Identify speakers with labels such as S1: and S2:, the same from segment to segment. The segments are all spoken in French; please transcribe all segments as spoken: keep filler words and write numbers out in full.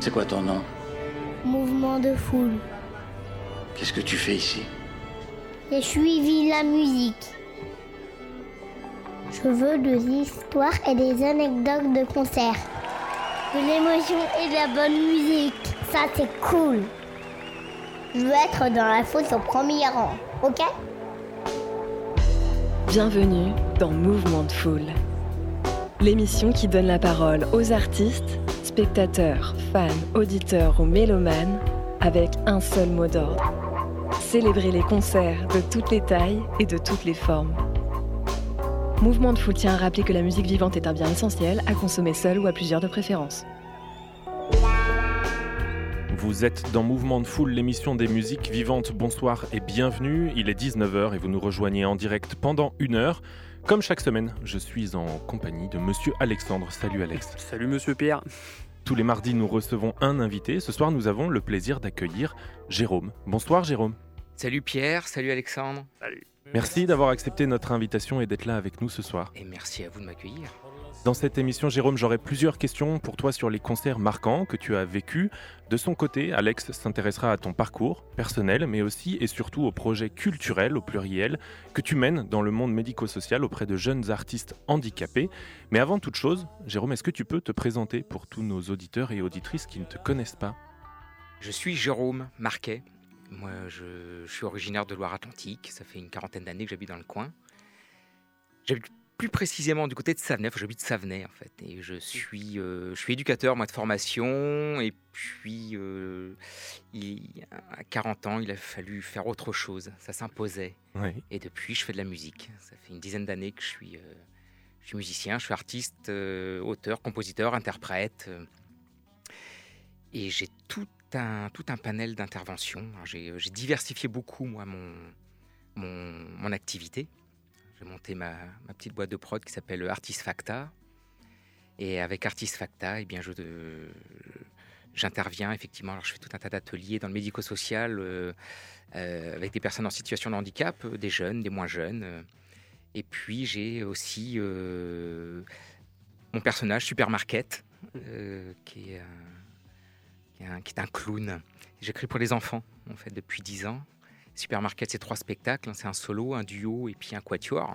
S1: C'est quoi ton nom?
S2: Mouvement de foule.
S1: Qu'est-ce que tu fais ici?
S2: J'ai suivi la musique. Je veux des histoires et des anecdotes de concert. De l'émotion et de la bonne musique. Ça, c'est cool. Je veux être dans la fosse au premier rang, ok?
S3: Bienvenue dans Mouvement de foule. L'émission qui donne la parole aux artistes, spectateurs, fans, auditeurs ou mélomanes avec un seul mot d'ordre. Célébrer les concerts de toutes les tailles et de toutes les formes. Mouvement de foule tient à rappeler que la musique vivante est un bien essentiel à consommer seul ou à plusieurs de préférence.
S4: Vous êtes dans Mouvement de foule, l'émission des musiques vivantes. Bonsoir et bienvenue. Il est dix-neuf heures et vous nous rejoignez en direct pendant une heure. Comme chaque semaine, je suis en compagnie de Monsieur Alexandre. Salut Alex.
S5: Salut Monsieur Pierre.
S4: Tous les mardis, nous recevons un invité. Ce soir, nous avons le plaisir d'accueillir Jérôme. Bonsoir Jérôme.
S6: Salut Pierre, salut Alexandre.
S5: Salut.
S4: Merci d'avoir accepté notre invitation et d'être là avec nous ce soir.
S6: Et merci à vous de m'accueillir.
S4: Dans cette émission, Jérôme, j'aurai plusieurs questions pour toi sur les concerts marquants que tu as vécus. De son côté, Alex s'intéressera à ton parcours personnel, mais aussi et surtout aux projets culturels, au pluriel, que tu mènes dans le monde médico-social auprès de jeunes artistes handicapés. Mais avant toute chose, Jérôme, est-ce que tu peux te présenter pour tous nos auditeurs et auditrices qui ne te connaissent pas?
S6: Je suis Jérôme Marquet. Moi, je, je suis originaire de Loire-Atlantique. Ça fait une quarantaine d'années que j'habite dans le coin. J'habite plus précisément du côté de Savenay. Enfin, j'habite Savenay, en fait. Et je suis, euh, je suis éducateur, moi, de formation. Et puis, euh, il, à quarante ans, il a fallu faire autre chose. Ça s'imposait.
S4: Oui.
S6: Et depuis, je fais de la musique. Ça fait une dizaine d'années que je suis, euh, je suis musicien. Je suis artiste, euh, auteur, compositeur, interprète. Euh, et j'ai tout un, tout un panel d'interventions. Alors, J'ai, j'ai diversifié beaucoup, moi, mon, mon, mon activité. J'ai monté ma, ma petite boîte de prod qui s'appelle Artist Facta. Et avec Artist Facta, eh bien, je, euh, j'interviens effectivement. Alors, je fais tout un tas d'ateliers dans le médico-social euh, euh, avec des personnes en situation de handicap, euh, des jeunes, des moins jeunes. Euh, et puis, j'ai aussi euh, mon personnage, Supermarket, euh, qui est un Qui est, un, qui est un clown. J'écris pour les enfants, en fait, depuis dix ans. Supermarket, c'est trois spectacles. C'est un solo, un duo et puis un quatuor.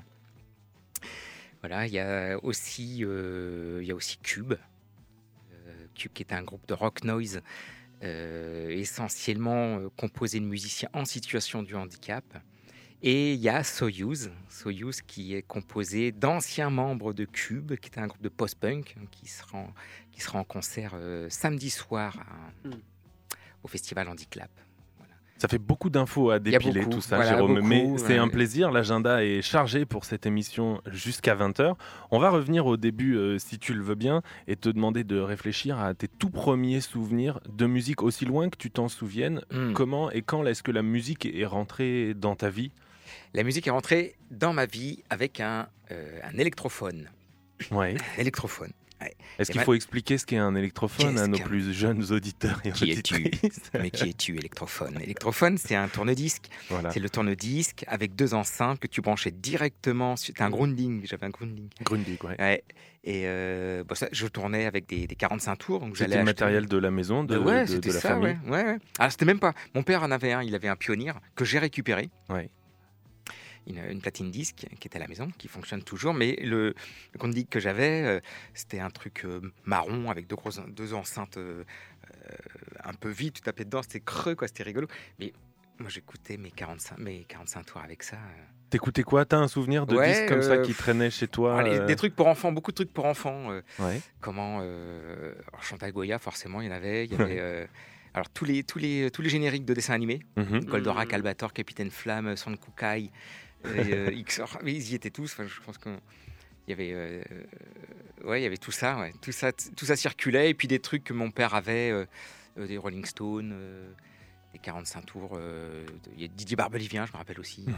S6: Voilà, il y a aussi, euh, il y a aussi Cube. Euh, Cube, qui est un groupe de rock noise, euh, essentiellement euh, composé de musiciens en situation de handicap. Et il y a Soyuz, Soyuz qui est composé d'anciens membres de Cube, qui est un groupe de post-punk qui sera en, qui sera en concert euh, samedi soir à, mm. au festival Handiclap. Voilà.
S4: Ça fait beaucoup d'infos à dépiler
S6: beaucoup,
S4: tout ça,
S6: voilà,
S4: Jérôme,
S6: beaucoup,
S4: mais
S6: ouais.
S4: c'est un plaisir. L'agenda est chargé pour cette émission jusqu'à vingt heures. On va revenir au début, euh, si tu le veux bien, et te demander de réfléchir à tes tout premiers souvenirs de musique, aussi loin que tu t'en souviennes. Mm. Comment et quand est-ce que la musique est rentrée dans ta vie ?
S6: La musique est rentrée dans ma vie avec un, euh, un électrophone.
S4: Ouais.
S6: électrophone. Ouais.
S4: Est-ce
S6: et
S4: qu'il
S6: ma...
S4: faut expliquer ce qu'est un électrophone
S6: Qu'est-ce
S4: à nos
S6: qu'un...
S4: plus jeunes auditeurs et
S6: qui
S4: auditrices?
S6: es-tu Mais qui es-tu, électrophone? Électrophone, c'est un tourne-disque. Voilà. C'est le tourne-disque avec deux enceintes que tu branchais directement. C'était un grounding. J'avais un grounding.
S4: Grounding, ouais.
S6: ouais. Et euh, bon, ça, je tournais avec des, des quarante-cinq tours. Donc
S4: c'était le matériel de la maison, de,
S6: ouais,
S4: de,
S6: c'était
S4: de la
S6: ça,
S4: famille.
S6: Ouais, ouais. Alors, c'était même pas. Mon père en avait un. Il avait un Pioneer que j'ai récupéré.
S4: Ouais.
S6: Une, une platine disque qui était à la maison, qui fonctionne toujours, mais le, le grounding que j'avais, euh, c'était un truc euh, marron avec deux, grosses, deux enceintes euh, euh, un peu vides, tu tapais dedans, c'était creux, quoi, c'était rigolo. Mais moi, j'écoutais mes quarante-cinq, mes quarante-cinq tours avec ça. Euh.
S4: T'écoutais quoi? T'as un souvenir de
S6: ouais,
S4: disques comme
S6: euh,
S4: ça qui traînaient chez toi?
S6: Allez,
S4: euh...
S6: Des trucs pour enfants, beaucoup de trucs pour enfants. Euh,
S4: ouais.
S6: Comment euh, alors, Chantal Goya, forcément, il y en avait. Il y avait euh, alors, tous les, tous, les, tous les génériques de dessins animés, mm-hmm. Goldorak, Albator, Capitaine Flamme, Son Kukai. Et, euh, X R, mais ils y étaient tous. Enfin, je pense qu'il y avait, euh, ouais, il y avait tout ça, ouais, tout ça, tout ça circulait. Et puis des trucs que mon père avait, euh, euh, des Rolling Stones, euh, des quarante-cinq tours. Euh, il y a Didier Barbelivien, je me rappelle aussi.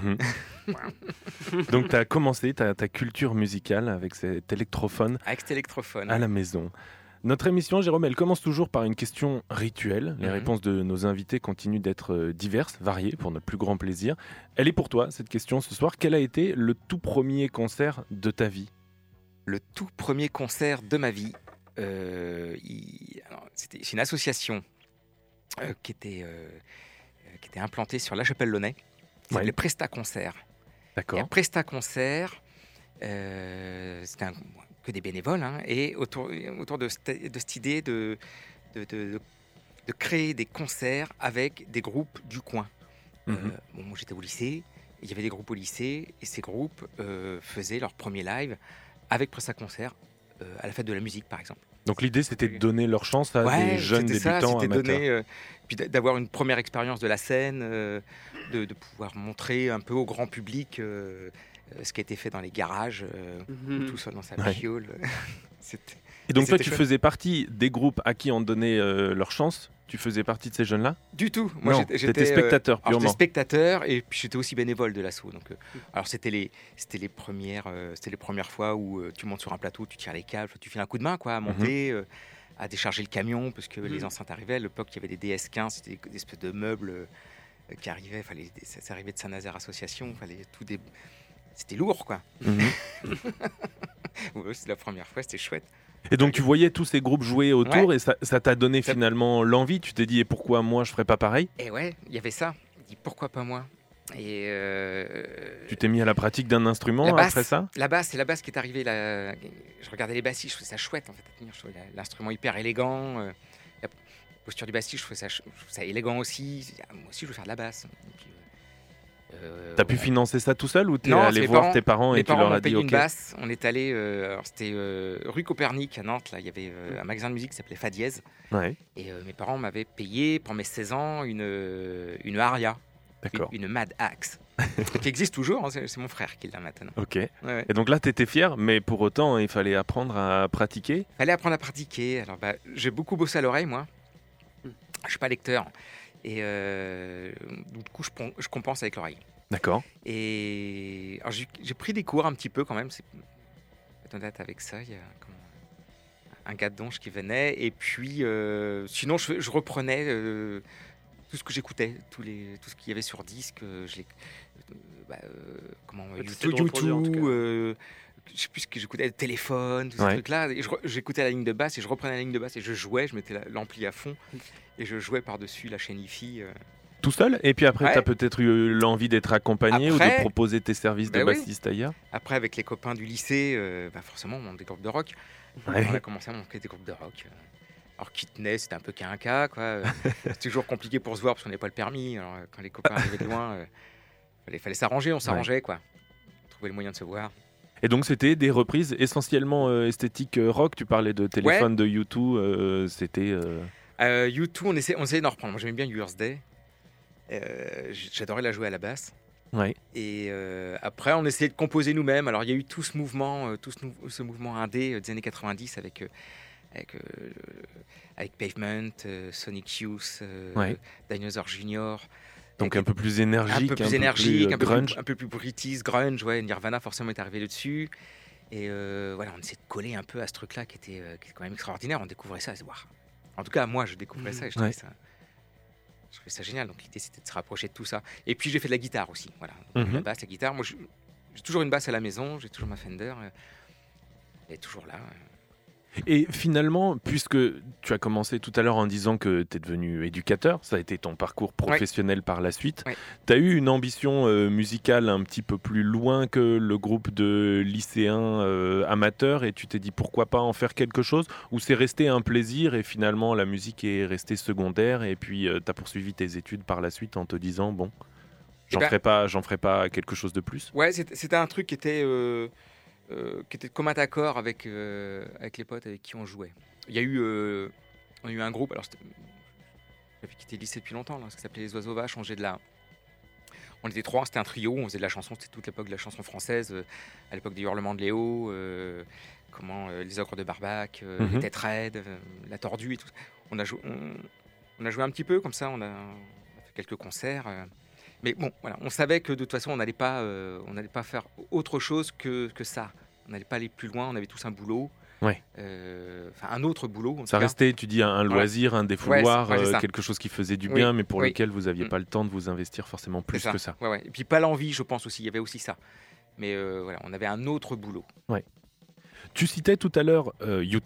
S4: Mm-hmm. Donc, tu as commencé ta, ta culture musicale avec cet électrophone,
S6: avec cet électrophone
S4: à
S6: ouais.
S4: la maison. Notre émission, Jérôme, elle commence toujours par une question rituelle. Les mmh. réponses de nos invités continuent d'être diverses, variées, pour notre plus grand plaisir. Elle est pour toi, cette question, ce soir. Quel a été le tout premier concert de ta vie?
S6: Le tout premier concert de ma vie, euh, il, alors, c'était, c'est une association euh, qui, était, euh, qui était implantée sur La Chapelle-Launay, qui s'appelait
S4: Ouais.
S6: Presta Concert. Et
S4: D'accord.
S6: à Presta Concert, euh, c'était un- que des bénévoles, hein, et autour, autour de, cette, de cette idée de, de, de, de créer des concerts avec des groupes du coin.
S4: Mhm.
S6: Euh, bon, moi j'étais au lycée, il y avait des groupes au lycée, et ces groupes euh, faisaient leur premier live avec Presta Concert euh, à la fête de la musique, par exemple.
S4: Donc l'idée, c'était de donner leur chance à des jeunes
S6: c'était ça,
S4: débutants
S6: c'était
S4: amateurs.
S6: donner, euh, puis d'a- d'avoir une première expérience de la scène, euh, de, de pouvoir montrer un peu au grand public euh, euh, ce qui a été fait dans les garages, euh,
S5: Mhm.
S6: tout seul dans sa
S4: Ouais.
S6: piole. C'était-
S4: Et donc
S6: Et
S4: toi,
S6: c'était
S4: tu
S6: chouette.
S4: faisais partie des groupes à qui on donnait euh, leur chance. Tu faisais partie de ces jeunes-là?
S6: Du tout. Moi,
S4: Non,
S6: j'étais,
S4: t'étais
S6: j'étais, euh,
S4: spectateur,
S6: alors, j'étais
S4: purement.
S6: spectateur et puis j'étais aussi bénévole de l'asso. Donc, euh, alors c'était les, c'était les premières, euh, c'était les premières fois où euh, tu montes sur un plateau, tu tires les câbles, tu files un coup de main, quoi, à monter, euh, à décharger le camion, parce que
S5: Mhm.
S6: les enceintes arrivaient. À l'époque, il y avait des D S quinze, c'était des, des espèces de meubles euh, qui arrivaient. Fallait, ça, ça arrivait de Saint-Nazaire Association. Fallait tout des, c'était lourd, quoi.
S4: Mhm.
S6: Ouais, c'était la première fois, c'était chouette.
S4: Et donc tu voyais tous ces groupes jouer autour
S6: Ouais.
S4: et ça ça t'a donné
S6: Ça-
S4: finalement l'envie. Tu t'es dit, et pourquoi moi je ferais pas pareil?
S6: Et ouais, il y avait ça. Il dit pourquoi pas moi. Et euh,
S4: Tu t'es mis à la pratique d'un instrument
S6: La basse.
S4: après ça?
S6: La basse, c'est la basse qui est arrivée. Là. Je regardais les bassistes, je trouvais ça chouette en fait à tenir. Je trouvais la- l'instrument hyper élégant. euh, la posture du bassiste, je trouvais ça, ch- je trouvais ça élégant aussi. Ah, moi aussi, je veux faire de la basse. Et puis, euh,
S4: T'as pu
S6: voilà.
S4: financer ça tout seul ou t'es
S6: Non,
S4: allé
S6: c'est mes
S4: voir
S6: parents-
S4: tes parents
S6: Mes
S4: et tu
S6: parents
S4: leur
S6: m'ont
S4: as dit
S6: payé
S4: ok?
S6: une basse. On est allé, euh, alors c'était euh, rue Copernic à Nantes. Là, il y avait euh, un magasin de musique qui s'appelait Fa Dièse.
S4: Ouais,
S6: Et euh, mes parents m'avaient payé pour mes seize ans une, euh, une Aria,
S4: d'accord.
S6: une, une Mad Axe, qui existe toujours. Hein, c'est, c'est mon frère qui l'a maintenant.
S4: Ok.
S6: Ouais, ouais.
S4: Et donc là, t'étais fier, mais pour autant, il fallait apprendre à pratiquer.
S6: Fallait apprendre à pratiquer. Alors, bah, j'ai beaucoup bossé à l'oreille, moi.
S5: Mm.
S6: Je suis pas lecteur. Et euh, du coup, je, pon- je compense avec l'oreille.
S4: D'accord.
S6: Et alors, j'ai, j'ai pris des cours un petit peu quand même. C'est en date avec ça. Il y a comment, un gars de Donge qui venait. Et puis, euh, sinon, je, je reprenais euh, tout ce que j'écoutais, tous les, tout ce qu'il y avait sur disque. euh, Je l'ai, euh, bah, euh, comment,
S5: Ouais,
S6: YouTube,
S5: t'essaies de reproduire, en tout cas.
S6: euh, je sais plus ce que j'écoutais, le téléphone, tous ces
S4: Ouais.
S6: trucs-là. Et je re- j'écoutais la ligne de basse et je reprenais la ligne de basse et je jouais. Je mettais la- l'ampli à fond et je jouais par-dessus la chaîne hi-fi. euh.
S4: Tout seul? Et puis après,
S6: Ouais.
S4: t'as peut-être eu l'envie d'être accompagné ou
S6: Après-
S4: de proposer tes services
S6: Ben
S4: de
S6: oui.
S4: bassiste ailleurs?
S6: Après, avec les copains du lycée, euh, bah forcément, on monte des groupes de rock.
S4: Ouais.
S6: On a commencé à monter des groupes de rock. euh. Alors, qui tenait, c'était un peu qu'un cas, quoi. Euh, C'est toujours compliqué pour se voir parce qu'on n'avait pas le permis. Alors, euh, quand les copains arrivaient de loin, il fallait, fallait s'arranger, on s'arrangeait, quoi. Trouver le moyen de se voir.
S4: Et donc c'était des reprises essentiellement euh, esthétiques euh, rock. Tu parlais de téléphone de U deux. euh, c'était. euh,
S6: Euh, U deux, on essayait, on essayait d'en reprendre. Moi, j'aimais bien Year's Day. Euh, J'adorais la jouer à la basse.
S4: Ouais.
S6: Et euh, après, on essayait de composer nous-mêmes. Alors, il y a eu tout ce mouvement, euh, tout ce, nou- ce mouvement indé euh, des années quatre-vingt-dix avec, euh, avec, euh, avec Pavement, euh, Sonic Youth, euh,
S4: Ouais.
S6: Dinosaur Junior.
S4: Donc
S6: Avec
S4: un peu plus énergique,
S6: un peu plus énergique,
S4: euh,
S6: un, peu
S4: grunge.
S6: plus, un peu plus british, grunge. Ouais, Nirvana forcément est arrivé dessus. Et euh, voilà, on essayait de coller un peu à ce truc-là qui était, euh, qui était quand même extraordinaire. On découvrait ça. Et c'est- waouh. En tout cas, moi, je découvrais ça et je trouvais,
S4: Ouais.
S6: ça, je trouvais ça génial. Donc l'idée, c'était de se rapprocher de tout ça. Et puis, j'ai fait de la guitare aussi. Voilà, Donc,
S4: Mhm.
S6: la basse, la guitare. Moi, je- j'ai toujours une basse à la maison. J'ai toujours ma Fender. euh, Elle est toujours là. euh.
S4: Et finalement, puisque tu as commencé tout à l'heure en disant que tu es devenu éducateur, ça a été ton parcours professionnel par la suite,
S6: Ouais.
S4: tu as eu une ambition euh, musicale un petit peu plus loin que le groupe de lycéens euh, amateurs et tu t'es dit pourquoi pas en faire quelque chose, ou c'est resté un plaisir et finalement la musique est restée secondaire et puis tu as poursuivi tes études par la suite en te disant bon,
S6: Eh
S4: j'en
S6: ben-
S4: ferai pas, j'en ferai pas quelque chose de plus?
S6: Ouais, c'était c'était un truc qui était, euh, euh, qui était de commun accord avec, euh, avec les potes avec qui on jouait. Il y a eu, euh, on a eu un groupe, alors c'était- j'avais quitté le lycée depuis longtemps, là, ça s'appelait Les Oiseaux Vaches, on faisait de la... On était trois, c'était un trio, on faisait de la chanson, c'était toute l'époque de la chanson française, euh, à l'époque des Hurlements de Léo, euh, comment, euh, les Ogres de Barbac, euh,
S4: Mhm.
S6: les Têtes Raides, euh, la Tordue et tout. On a, jou- on, on a joué un petit peu comme ça, on a, on a fait quelques concerts. euh, Mais bon, voilà, on savait que de toute façon, on n'allait pas, euh, on n'allait pas faire autre chose que, que ça. On n'allait pas aller plus loin. On avait tous un boulot,
S4: Ouais.
S6: euh, enfin un autre boulot. En
S4: Ça
S6: tout cas.
S4: restait, tu dis, un, un
S6: Voilà.
S4: loisir, un défouloir,
S6: Ouais, c'est- ouais, c'est
S4: euh,
S6: ça.
S4: quelque chose qui faisait du
S6: Oui,
S4: bien, mais pour
S6: oui.
S4: lequel vous n'aviez
S6: Mm.
S4: pas le temps de vous investir forcément plus
S6: C'est
S4: que ça.
S6: Ouais, ouais. Et puis pas l'envie, je pense aussi. Il y avait aussi ça. Mais euh, voilà, on avait un autre boulot.
S4: Tu citais tout à l'heure euh, U deux.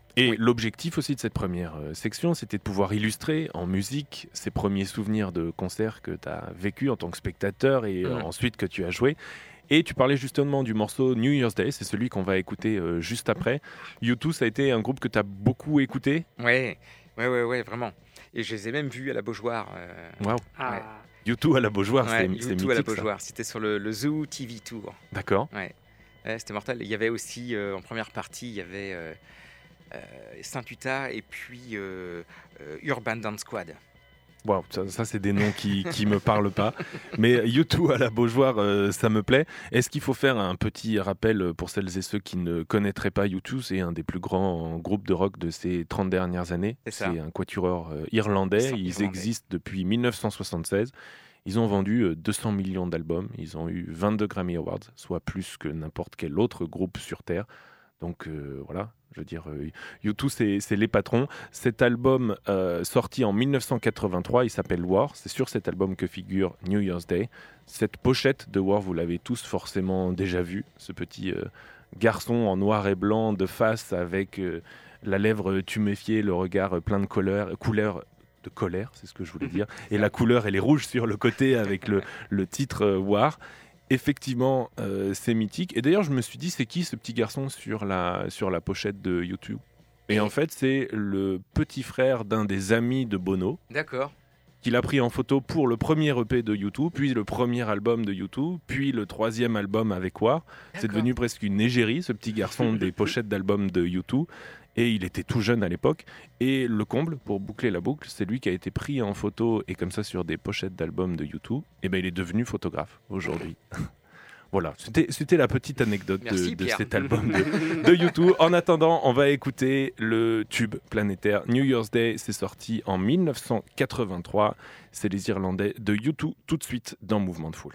S4: Et
S6: Oui.
S4: l'objectif aussi de cette première euh, section, c'était de pouvoir illustrer en musique ces premiers souvenirs de concerts que tu as vécu en tant que spectateur et euh,
S6: Mhm.
S4: ensuite que tu as joué. Et tu parlais justement du morceau New Year's Day, c'est celui qu'on va écouter euh, juste après. U deux, ça a été un groupe que tu as beaucoup écouté.
S6: Ouais, ouais, ouais, ouais, vraiment. Et je les ai même vus à la Beaujoire. euh,
S4: Waouh,
S6: Ouais.
S4: U deux à la Beaujoire,
S6: ouais,
S4: c'est,
S6: U deux
S4: c'est
S6: à la
S4: mythique ça.
S6: Beaujoire. C'était sur le, le Zoo T V Tour.
S4: D'accord.
S6: Ouais. Ouais, c'était mortel. Il y avait aussi, euh, en première partie, il y avait euh, euh, Saint-Uta et puis euh, euh, Urban Dance Squad.
S4: Waouh, ça, ça, c'est des noms qui qui me parlent pas. Mais U deux à la Beaujoire, euh, ça me plaît. Est-ce qu'il faut faire un petit rappel pour celles et ceux qui ne connaîtraient pas U deux? C'est un des plus grands groupes de rock de ces trente dernières années.
S6: C'est ça.
S4: C'est un quatuor euh, irlandais.
S6: Ils sont
S4: Ils
S6: irlandais.
S4: existent depuis mille neuf cent soixante-seize. Ils ont vendu euh, deux cents millions d'albums. Ils ont eu vingt-deux Grammy Awards, soit plus que n'importe quel autre groupe sur Terre. Donc euh, voilà, je veux dire, euh, U deux, c'est, c'est les patrons. Cet album, euh, sorti en mille neuf cent quatre-vingt-trois, il s'appelle War. C'est sur cet album que figure New Year's Day. Cette pochette de War, vous l'avez tous forcément déjà vue. Ce petit euh, garçon en noir et blanc de face avec euh, la lèvre tuméfiée, le regard euh, plein de couleurs, couleurs de colère, c'est ce que je voulais dire. Et la couleur, elle est rouge sur le côté avec le, le titre euh, War. Effectivement, euh, c'est mythique. Et d'ailleurs, je me suis dit, c'est qui ce petit garçon sur la, sur la pochette de U deux? Et en fait, c'est le petit frère d'un des amis de Bono,
S6: D'accord.
S4: qu'il a pris en photo pour le premier E P de U deux, puis le premier album de U deux, puis le troisième album avec War. C'est
S6: D'accord.
S4: devenu presque une égérie, ce petit garçon des pochettes d'albums de U deux. Et il était tout jeune à l'époque. Et le comble, pour boucler la boucle, c'est lui qui a été pris en photo et comme ça sur des pochettes d'albums de U deux. Et ben il est devenu photographe aujourd'hui. Voilà, c'était, c'était la petite anecdote de,
S6: Merci,
S4: de
S6: Pierre.
S4: cet album de, de U deux. En attendant, on va écouter le tube planétaire New Year's Day. C'est sorti en mille neuf cent quatre-vingt-trois. C'est les Irlandais de U deux tout de suite dans Mouvement de Foule.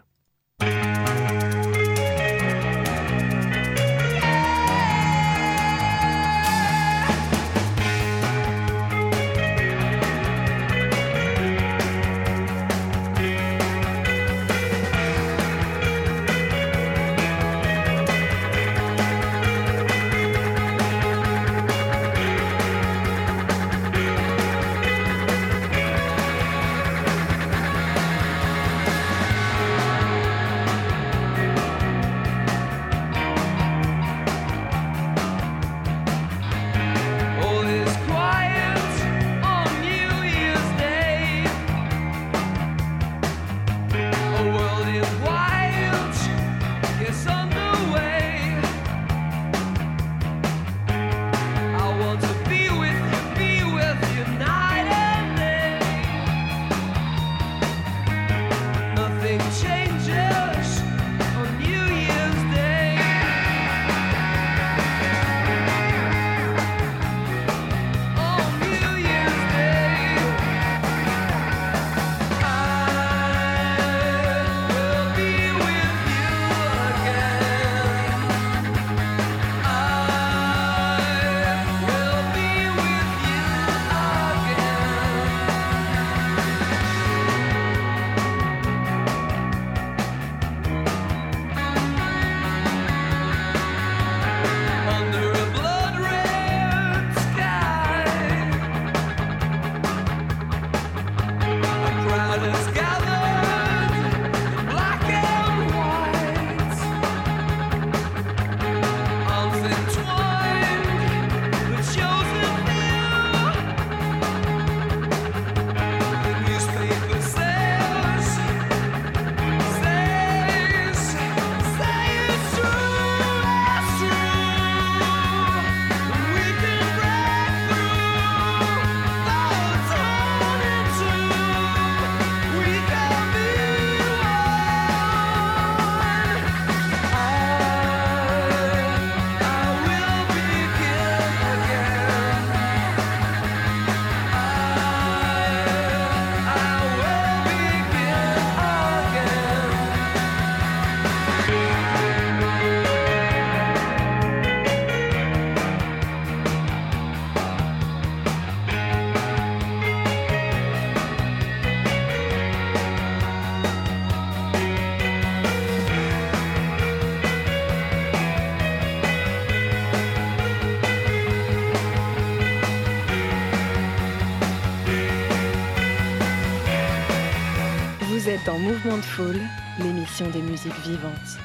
S3: Vous êtes dans Mouvement de Foule, l'émission des musiques vivantes.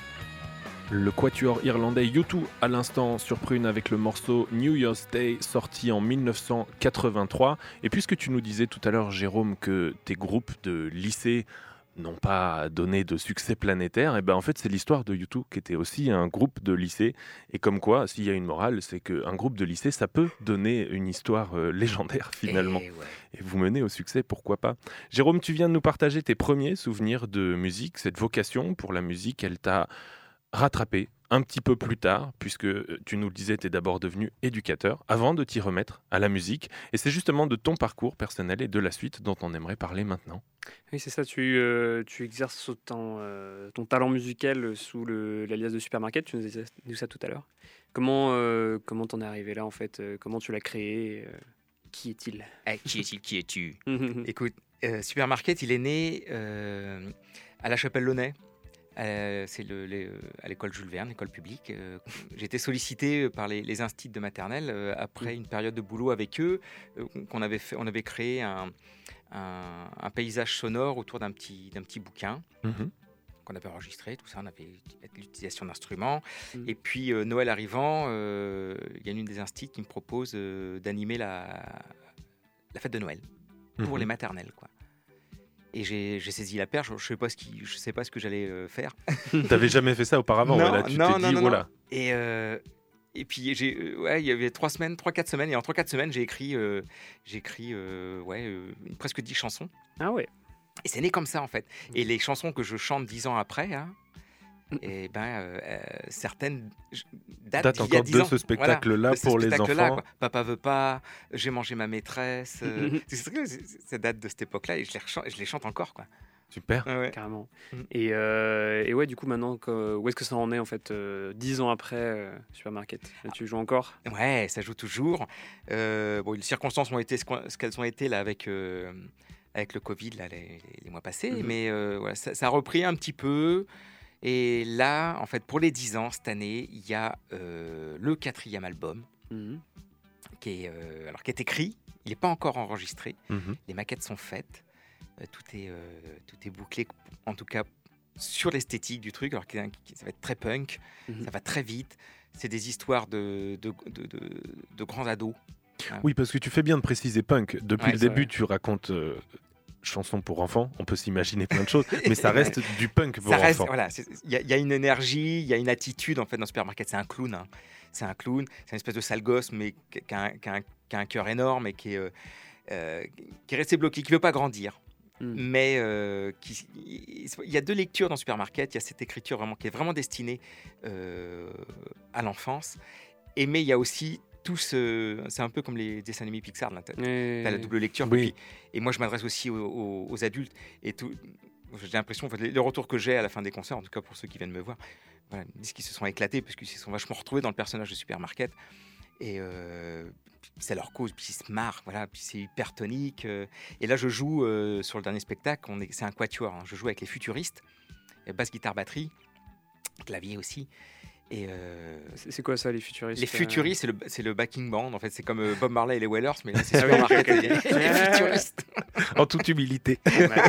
S4: Le quatuor irlandais U deux à l'instant sur Prune avec le morceau New Year's Day sorti en dix-neuf cent quatre-vingt-trois. Et puisque tu nous disais tout à l'heure, Jérôme, que tes groupes de lycée n'ont pas donné de succès planétaire, et ben en fait c'est l'histoire de U deux qui était aussi un groupe de lycée. Et comme quoi, s'il y a une morale, c'est qu'un groupe de lycée, ça peut donner une histoire euh, légendaire finalement. Et, ouais. Et vous mener au succès, pourquoi pas. Jérôme, tu viens de nous partager tes premiers souvenirs de musique. Cette vocation pour la musique, elle t'a rattrapé un petit peu plus tard, puisque tu nous le disais, tu es d'abord devenu éducateur avant de t'y remettre à la musique. Et c'est justement de ton parcours personnel et de la suite dont on aimerait parler maintenant.
S5: Oui, c'est ça, tu, euh, tu exerces ton, euh, ton talent musical sous le, l'alias de Supermarket, tu nous disais nous ça tout à l'heure. Comment euh, comment t'en es arrivé là en fait, euh, comment tu l'as créé, euh, qui est-il
S6: eh, Qui est-il, qui es-tu Écoute, euh, Supermarket, il est né euh, à La Chapelle-Launay. Euh, c'est le, les, à l'école Jules Verne, l'école publique. Euh, j'ai été sollicité par les, les instituts de maternelle euh, après une période de boulot avec eux, euh, qu'on avait fait, on avait créé un, un, un paysage sonore autour d'un petit, d'un petit bouquin mm-hmm. qu'on avait enregistré, tout ça, on avait l'utilisation d'instruments. Mm. Et puis euh, Noël arrivant, euh, il y a une des instituts qui me propose euh, d'animer la, la fête de Noël pour mm-hmm. les maternelles, quoi. Et j'ai, j'ai saisi la perche, je ne sais pas ce, qui, je sais pas ce que j'allais euh, faire.
S4: Tu n'avais jamais fait ça auparavant,
S6: non,
S4: là, tu
S6: non,
S4: t'es
S6: non,
S4: dit,
S6: non,
S4: voilà.
S6: Non. Et, euh, et puis, j'ai, euh, ouais, il y avait trois semaines, trois, quatre semaines, et en trois, quatre semaines, j'ai écrit, euh, j'ai écrit euh, ouais, euh, presque dix chansons.
S5: Ah ouais.
S6: Et c'est né comme ça, en fait. Et les chansons que je chante dix ans après, hein, et ben, euh, euh, certaines datent
S4: Date
S6: d'il y a
S4: encore de
S6: ans.
S4: ce spectacle-là
S6: voilà,
S4: pour
S6: ce
S4: les
S6: spectacle-là,
S4: enfants.
S6: Quoi. Papa veut pas, j'ai mangé ma maîtresse. Euh, ça date de cette époque-là et je les, rechante, je les chante encore, quoi.
S4: Super.
S5: Ah ouais. Carrément. Mm. Et, euh, et ouais, du coup, maintenant, que, où est-ce que ça en est, en fait, euh, dix ans après euh, Supermarket ? Tu joues encore ?
S6: Ouais, ça joue toujours. Euh, bon, les circonstances ont été ce, ce qu'elles ont été là avec, euh, avec le Covid là, les, les mois passés, mm-hmm. mais euh, voilà, ça, ça a repris un petit peu. Et là, en fait, pour les dix ans, cette année, il y a euh, le quatrième album mm-hmm. qui, est, euh, alors, qui est écrit, il n'est pas encore enregistré, mm-hmm. les maquettes sont faites. Tout est, euh, tout est bouclé, en tout cas sur l'esthétique du truc. Alors que ça va être très punk, mm-hmm. ça va très vite. C'est des histoires de, de, de, de, de grands ados.
S4: Oui, parce que tu fais bien de préciser punk. Depuis
S6: ouais,
S4: le début,
S6: vrai.
S4: tu racontes euh, chansons pour enfants. On peut s'imaginer plein de choses, mais ça reste du punk pour
S6: ça reste,
S4: enfants.
S6: Voilà, il y, y a une énergie, il y a une attitude en fait dans Supermarket. C'est un clown. Hein. C'est un clown. C'est une espèce de sale gosse, mais qui a un, qui a un, qui a un cœur énorme et qui est, euh, euh, qui est resté bloqué, qui ne veut pas grandir. Mm. Mais euh, qui, il y a deux lectures dans Supermarket. Il y a cette écriture vraiment qui est vraiment destinée euh, à l'enfance. Et mais il y a aussi tout ce, c'est un peu comme les dessins animés Pixar. Là, t'as, mmh. t'as la double lecture.
S4: Oui.
S6: Et, puis, et moi, je m'adresse aussi aux, aux, aux adultes. Et tout, j'ai l'impression, les, les retours que j'ai à la fin des concerts, en tout cas pour ceux qui viennent me voir, voilà, ils disent qu'ils se sont éclatés parce qu'ils se sont vachement retrouvés dans le personnage de Supermarket. Et euh, c'est leur cause, puis ils se marrent, voilà, puis c'est hyper tonique. Euh, et là, je joue euh, sur le dernier spectacle, on est, c'est un quatuor, hein, je joue avec les Futuristes, basse, guitare, batterie, clavier aussi. Et euh,
S5: c'est, c'est quoi ça, les Futuristes ?
S6: Les Futuristes, c'est le, c'est le backing band, en fait, c'est comme euh, Bob Marley et les Wailers, mais là, c'est Supermarket et les, les Futuristes.
S4: En toute humilité.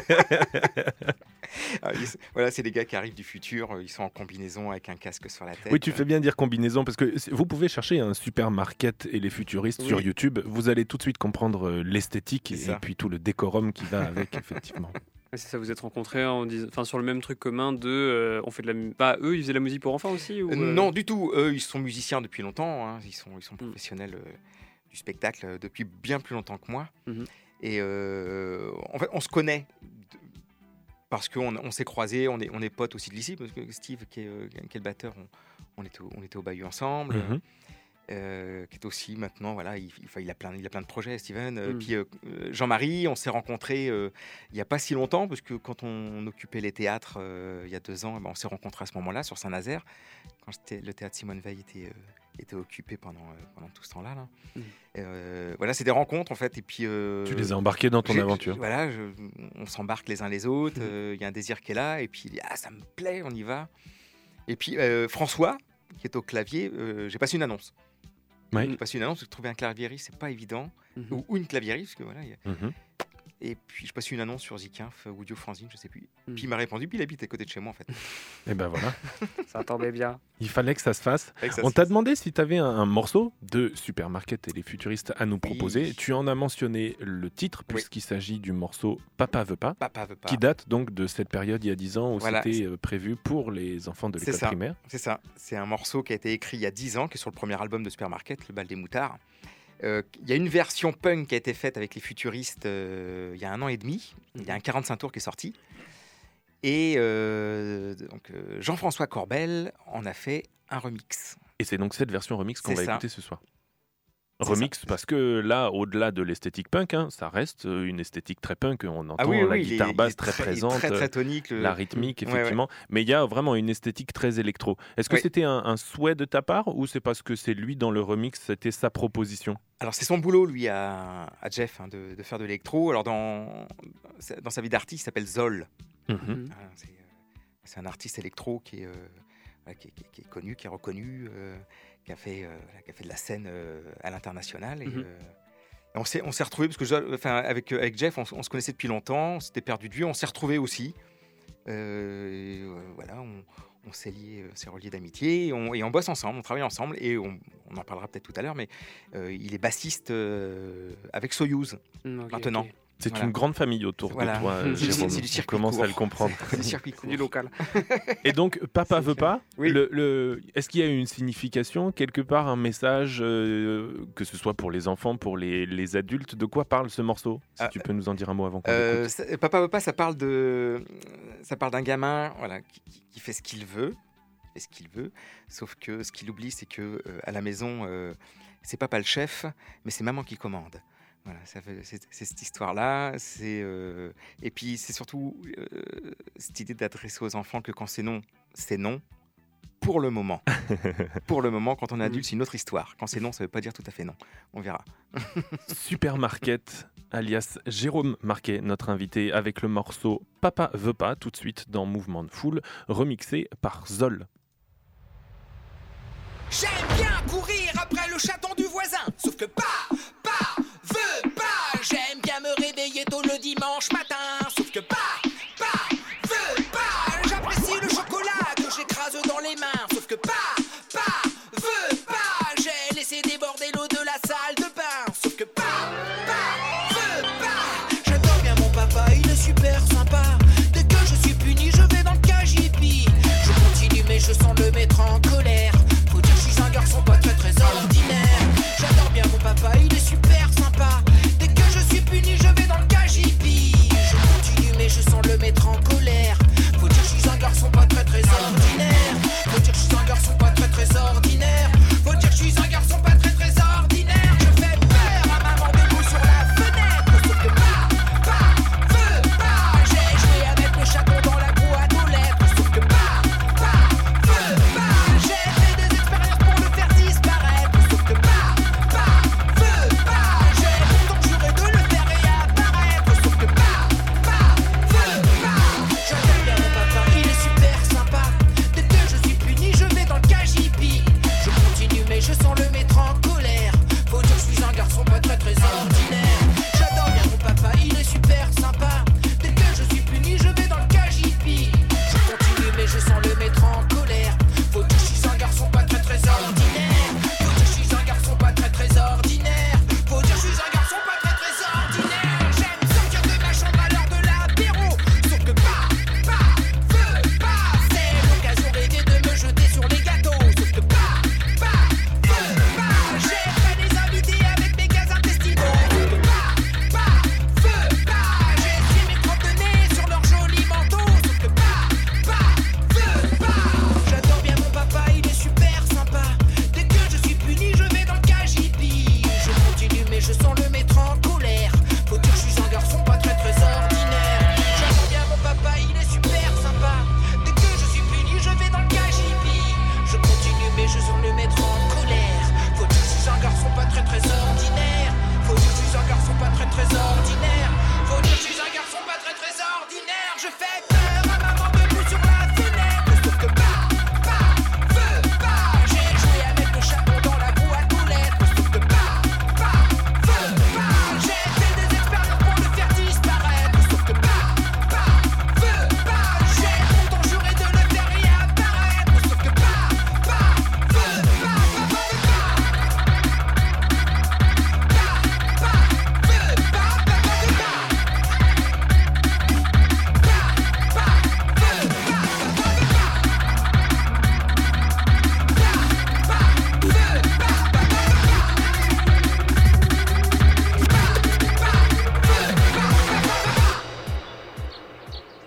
S6: Ah, ils, voilà, c'est les gars qui arrivent du futur, ils sont en combinaison avec un casque sur la tête.
S4: Oui, tu fais bien dire combinaison, parce que vous pouvez chercher un Supermarket et les Futuristes oui. sur YouTube, vous allez tout de suite comprendre l'esthétique et, et puis tout le décorum qui va avec, effectivement.
S5: C'est ça, vous êtes rencontrés en dis... enfin, sur le même truc commun de... Euh, on fait de la... bah, eux, ils faisaient de la musique pour enfants aussi ou, euh...
S6: Non, du tout. Eux, ils sont musiciens depuis longtemps, hein. ils, sont, ils sont professionnels euh, du spectacle euh, depuis bien plus longtemps que moi. Mm-hmm. Et euh, en fait, on se connaît parce qu'on on s'est croisés, on est, on est potes aussi de lycée, parce que Steve, qui est, euh, qui est le batteur, on, on, était au, on était au Bayou ensemble, mm-hmm. euh, qui est aussi maintenant, voilà, il, il, il, a, plein, il a plein de projets, Steven. Mm. Puis euh, Jean-Marie, on s'est rencontrés euh, il n'y a pas si longtemps, parce que quand on occupait les théâtres euh, il y a deux ans, eh ben, on s'est rencontrés à ce moment-là, sur Saint-Nazaire, quand le théâtre Simone Veil était... Euh, était occupé pendant, euh, pendant tout ce temps-là. Là. Mmh. Euh, voilà, c'est des rencontres en fait. Et puis, euh,
S4: tu les as embarqués dans ton aventure.
S6: Je, voilà, je, on s'embarque les uns les autres. Il mmh. euh, y a un désir qui est là. Et puis, ah, ça me plaît, on y va. Et puis, euh, François, qui est au clavier, euh, j'ai passé une annonce.
S4: Oui.
S6: J'ai passé une annonce, parce que trouver un claviériste, c'est pas évident. Mmh. Ou, ou une claviériste, parce que voilà. Y a... mmh. Et puis je passais une annonce sur Zikinf ou Audio-Franzine, je sais plus.
S5: Mm.
S6: Puis il m'a répondu, puis il habite à côté de chez moi en fait.
S4: Et ben voilà,
S5: Ça tombait bien.
S4: il fallait que ça se fasse.
S6: Avec ça,
S4: On
S6: c'est-
S4: t'a demandé si tu avais un, un morceau de Supermarket et les futuristes à nous proposer.
S6: Oui.
S4: Tu en as mentionné le titre,
S6: Oui.
S4: puisqu'il s'agit du morceau Papa veut pas,
S6: Papa veut pas.
S4: qui date donc de cette période il y a dix ans où
S6: Voilà.
S4: c'était euh, prévu pour les enfants de
S6: C'est
S4: l'école
S6: ça.
S4: primaire.
S6: C'est ça. C'est un morceau qui a été écrit il y a dix ans, qui est sur le premier album de Supermarket, Le Bal des Moutards. Euh, Il y a une version punk qui a été faite avec les futuristes euh, il y a un an et demi. Il y a un quarante-cinq tours qui est sorti. Et euh, donc, euh, Jean-François Corbel en a fait un remix.
S4: Et c'est donc cette version remix qu'on
S6: C'est
S4: va
S6: ça.
S4: écouter ce soir.
S6: C'est
S4: Remix
S6: ça.
S4: parce que là, au-delà de l'esthétique punk, hein, ça reste euh, une esthétique très punk. On entend
S6: Ah oui,
S4: la
S6: oui, il est-
S4: guitare
S6: il
S4: basse
S6: est
S4: très,
S6: il est
S4: présente,
S6: très,
S4: euh,
S6: très tonique. le-
S4: la rythmique,
S6: Ouais, ouais.
S4: effectivement. Mais il y a vraiment une esthétique très électro. Est-ce que
S6: Oui.
S4: c'était un, un souhait de ta part ou c'est parce que c'est lui dans le remix, c'était sa proposition?
S6: Alors c'est son boulot, lui, à, à Jeff, hein, de, de faire de l'électro. Alors dans, dans sa vie d'artiste, il s'appelle Zol.
S4: Mhm.
S5: Mm.
S6: Hein, c'est, euh, c'est un artiste électro qui est, euh, voilà, qui, est- qui est- qui est connu, qui est reconnu, euh, qui, a fait, euh, voilà, qui a fait de la scène euh, à l'international. Et,
S5: Mhm.
S6: euh, et on s'est, on s'est retrouvés, parce que je- enfin, avec, avec Jeff, on, s- on se connaissait depuis longtemps, on s'était perdu de vue, on s'est retrouvés aussi. Euh, et, euh, voilà, on, on s'est liés, euh, s'est reliés d'amitié, et on, et on bosse ensemble, on travaille ensemble, et on, on en parlera peut-être tout à l'heure, mais euh, il est bassiste euh, avec Soyouz.
S5: Mm, ok,
S6: Maintenant.
S5: ok.
S4: C'est
S6: Voilà.
S4: une grande famille autour
S6: Voilà.
S4: de toi, euh,
S6: C'est-
S4: Jérôme.
S6: c'est du
S4: On
S6: circuit
S4: commence
S6: court.
S4: à le comprendre.
S6: C'est du circuit
S5: C'est
S6: court.
S5: du local.
S4: Et donc, Papa
S6: C'est
S4: veut
S6: clair.
S4: pas,
S6: Oui.
S4: le, le- est-ce qu'il y a une signification, quelque part, un message, euh, que ce soit pour les enfants, pour les, les adultes? De quoi parle ce morceau? Si
S6: Ah,
S4: tu peux nous en dire un mot avant qu'on
S6: Euh,
S4: l'écoute.
S6: ça- Papa veut pas, ça parle de, ça parle d'un gamin, voilà, qui, qui- qui fait ce qu'il veut, qui fait ce qu'il veut. Sauf que ce qu'il oublie, c'est que euh, à la maison, euh, c'est papa le chef, mais c'est maman qui commande. Voilà, ça fait- c'est, c'est cette histoire-là. C'est euh, et puis c'est surtout euh, cette idée d'adresser aux enfants que quand c'est non, c'est non. Pour le moment. Pour le moment, quand on est adulte, c'est une autre histoire. Quand c'est non, ça veut pas dire tout à fait non. On verra.
S4: Supermarket, alias Jérôme Marquet, notre invité, avec le morceau Papa veut pas, tout de suite dans Mouvement de Foule, remixé par Zol.
S7: J'aime bien courir après le chaton du voisin. Sauf que pas, pas, veut pas. J'aime bien me réveiller tôt le dimanche matin. Sauf que pas, pas, veut pas. J'apprécie le chocolat que j'écrase dans les mains. Sauf que pas, pas, veut pas. J'ai laissé déborder l'eau de la salle de bain. Sauf que pas, pas, veut pas. J'adore bien mon papa, il est super sympa. Dès que je suis puni, je vais dans le K J P. Je continue mais je sens le mettre en colère. Faut dire que je suis un garçon pas très très ordinaire. J'adore bien mon papa, il est super sympa. Dès que je suis puni, je vais dans le K J P.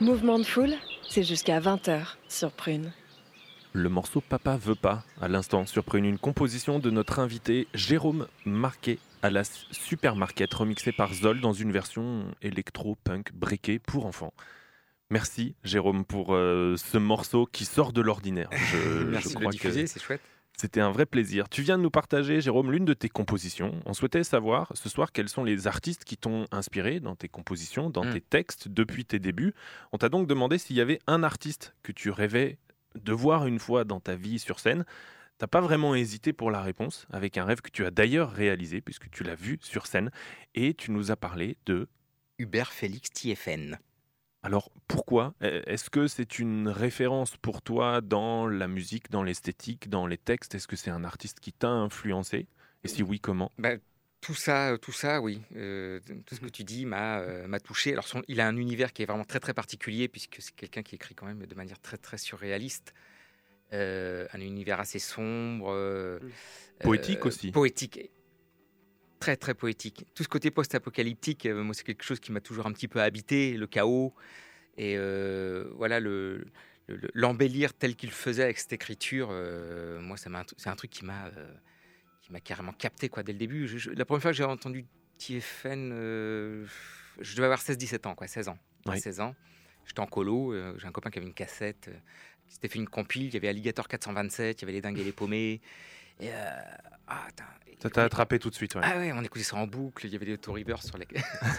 S3: Mouvement de foule, c'est jusqu'à vingt heures sur Prune.
S4: Le morceau Papa veut pas, à l'instant, sur Prune, une composition de notre invité Jérôme Marquet à la Supermarket, remixée par Zol dans une version électro-punk breakée pour enfants. Merci Jérôme pour euh, ce morceau qui sort de l'ordinaire. Je,
S6: Merci
S4: je
S6: de
S4: crois
S6: le diffuser,
S4: que
S6: c'est chouette.
S4: c'était un vrai plaisir. Tu viens de nous partager, Jérôme, l'une de tes compositions. On souhaitait savoir ce soir quels sont les artistes qui t'ont inspiré dans tes compositions, dans
S6: Mm.
S4: tes textes depuis tes débuts. On t'a donc demandé s'il y avait un artiste que tu rêvais de voir une fois dans ta vie sur scène. T'as pas vraiment hésité pour la réponse, avec un rêve que tu as d'ailleurs réalisé, puisque tu l'as vu sur scène, et tu nous as parlé de...
S6: Hubert Félix T F N.
S4: Alors pourquoi ? Est-ce que c'est une référence pour toi dans la musique, dans l'esthétique, dans les textes ? Est-ce que c'est un artiste qui t'a influencé ? Et si oui, comment ?
S6: Bah, tout ça, tout ça, oui. Euh, tout ce que tu dis m'a euh, m'a touché. Alors, son- il a un univers qui est vraiment très très particulier puisque c'est quelqu'un qui écrit quand même de manière très très surréaliste. Euh, un univers assez sombre, euh,
S4: Poétique
S6: euh,
S4: aussi.
S6: Poétique, très très poétique. Tout ce côté post-apocalyptique, euh, moi c'est quelque chose qui m'a toujours un petit peu habité, le chaos et euh, voilà le le- le- l'embellir tel qu'il faisait avec cette écriture. Euh, moi, ça m'a, c'est un truc qui m'a euh, qui m'a carrément capté quoi, dès le début. Je- je- la première fois que j'ai entendu T F N, euh, je devais avoir seize dix-sept ans, quoi, seize ans.
S4: Oui.
S6: seize ans. J'étais en colo, euh, j'ai un copain qui avait une cassette, euh, qui s'était fait une compile, il y avait Alligator quatre cent vingt-sept, il y avait Les Dingues et les Paumés. Et, euh, ah, attends, et
S4: Ça t'a
S6: on-
S4: attrapé tout de suite, ouais.
S6: Ah ouais, on écoutait ça en boucle, il y avait des auto-reverse sur les...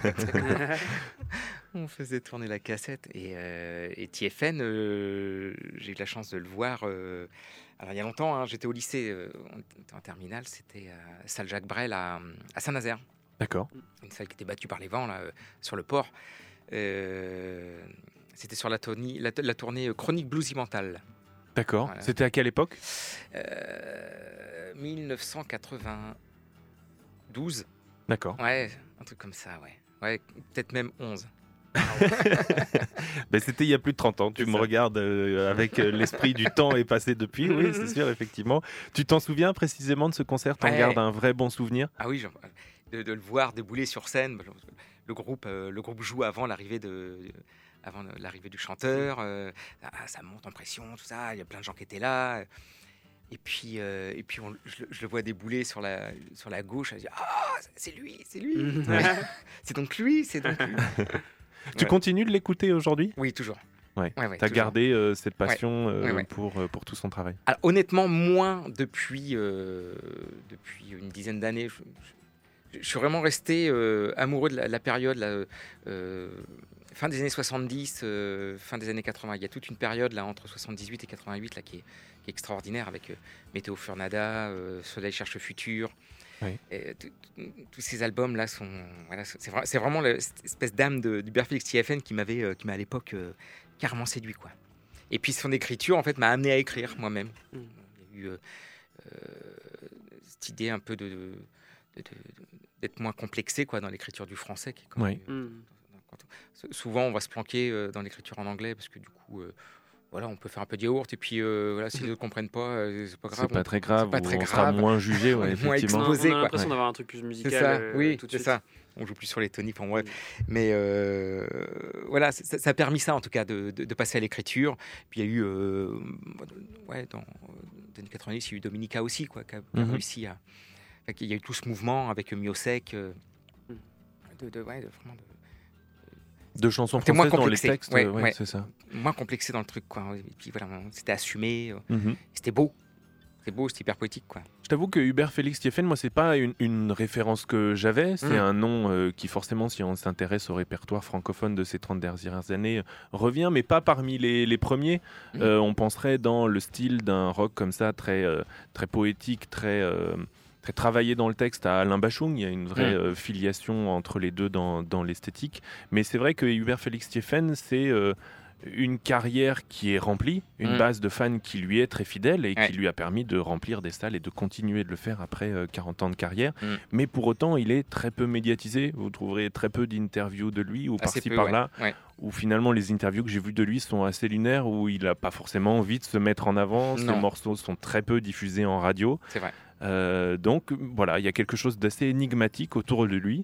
S6: On faisait tourner la cassette. Et, euh, et T F N, euh, j'ai eu la chance de le voir. euh, alors, il y a longtemps, hein, j'étais au lycée, euh, on était en terminale, c'était euh, salle Jacques Brel à, à Saint-Nazaire.
S4: D'accord.
S6: Une salle qui était battue par les vents, là, euh, sur le port. Euh, c'était sur la tournée, la, la tournée euh, Chronique Bluesy Mental.
S4: D'accord.
S6: Voilà.
S4: C'était à quelle époque ?
S6: Euh, dix-neuf cent quatre-vingt-douze.
S4: D'accord.
S6: Ouais, un truc comme ça, ouais. Ouais, peut-être même onze.
S4: Ben, c'était il y a plus de trente ans. Tu
S5: C'est
S4: me
S5: ça.
S4: regardes euh, avec euh, l'esprit du temps est passé depuis. Oui, c'est sûr, effectivement. Tu t'en souviens précisément de ce concert ? T'en
S6: Ouais.
S4: gardes un vrai bon souvenir ?
S6: Ah oui, genre, de, de le voir débouler sur scène. Le, le groupe, euh, le groupe joue avant l'arrivée de, avant l'arrivée du chanteur. euh, ah, ça monte en pression, tout ça. Il y a plein de gens qui étaient là. Et puis, euh, et puis on- je, le- je le vois débouler sur la, sur la gauche. Je dis, ah, c'est lui, c'est lui. c'est donc lui, c'est donc lui.
S4: Tu
S6: Ouais.
S4: continues de l'écouter aujourd'hui ?
S6: Oui, toujours.
S4: Ouais.
S6: Ouais, ouais,
S4: T'as
S6: toujours.
S4: gardé euh, cette passion euh,
S6: Ouais, ouais.
S4: Pour, euh, pour tout son travail.
S6: Alors, honnêtement, moins depuis, euh, depuis une dizaine d'années. Je, je- je suis vraiment resté euh, amoureux de la, la période, là, euh, fin des années soixante-dix, euh, fin des années quatre-vingts. Il y a toute une période là, entre soixante-dix-huit et quatre-vingt-huit là, qui, est, qui est extraordinaire avec euh, Météo Furnada, euh, Soleil cherche le futur.
S4: Oui.
S6: Et tout- tout- tous ces albums là sont. Voilà, c'est, vra- c'est vraiment le- cette espèce d'âme de, d'Hubert Félix T F N qui m'avait, euh, qui m'a à l'époque euh, carrément séduit, quoi. Et puis son écriture, en fait, m'a amené à écrire moi-même.
S5: Mm.
S6: Il y a eu euh, euh, cette idée un peu de, de- de- de- d'être moins complexé, quoi, dans l'écriture du français. Qui est quand
S4: Oui.
S6: même, euh,
S5: Mm.
S6: quand on- souvent, on va se planquer euh, dans l'écriture en anglais parce que du coup, euh, voilà, on peut faire un peu de yaourt et puis euh, voilà, si les autres comprennent pas, euh, c'est pas grave.
S4: C'est pas
S6: on-
S4: très grave.
S6: c'est pas
S4: ou
S6: très
S4: on sera
S6: grave.
S4: moins jugé, ouais,
S6: On est moins
S4: effectivement.
S5: On a-
S6: exposé,
S5: on a
S6: quoi.
S5: l'impression
S4: Ouais.
S5: d'avoir un truc plus musical.
S6: C'est ça,
S5: euh,
S6: oui,
S5: tout de
S6: c'est
S5: suite.
S6: ça. On joue plus sur les tonifs, enfin bref. Mais euh, voilà, ça, ça a permis ça en tout cas de, de- de passer à l'écriture. Puis il y a eu, euh, ouais, dans les années quatre-vingt-dix, il y a eu Dominica aussi, quoi, qui a, qui a
S4: Mhm.
S6: réussi à. Enfin, il y a eu tout ce mouvement avec Miosek, euh, de, de, ouais, de- vraiment de-
S4: De chansons
S6: C'était moins
S4: françaises dans les
S6: complexé.
S4: textes,
S6: Ouais,
S4: euh, ouais,
S6: ouais.
S4: c'est ça.
S6: moins complexé dans le truc, quoi. Et puis voilà, on- c'était assumé, euh,
S4: Mhm.
S6: c'était beau, c'était beau, c'était hyper poétique, quoi.
S4: Je t'avoue que Hubert Félix T F N, moi, c'est pas une, une référence que j'avais. C'est
S6: Mm.
S4: un nom euh, qui, forcément, si on s'intéresse au répertoire francophone de ces trente dernières années, euh, revient, mais pas parmi les, les premiers.
S6: Mm.
S4: Euh, on penserait dans le style d'un rock comme ça, très, euh, très poétique, très, euh, très travaillé dans le texte à Alain Bachung. Il y a une vraie
S6: Mm.
S4: euh, filiation entre les deux dans, dans l'esthétique. Mais c'est vrai que Hubert Félix T F N, c'est euh, une carrière qui est remplie, une
S6: Mm.
S4: base de fans qui lui est très fidèle et
S6: Ouais.
S4: qui lui a permis de remplir des salles et de continuer de le faire après euh, quarante ans de carrière.
S6: Mm.
S4: Mais pour autant, il est très peu médiatisé. Vous trouverez très peu d'interviews de lui ou
S6: Assez
S4: par-ci
S6: peu,
S4: par-là,
S6: ouais. Ouais.
S4: où finalement les interviews que j'ai vues de lui sont assez lunaires, où il n'a pas forcément envie de se mettre en avant. Ses
S6: Non.
S4: morceaux sont très peu diffusés en radio.
S6: C'est vrai.
S4: Euh, donc voilà, il y a quelque chose d'assez énigmatique autour de lui.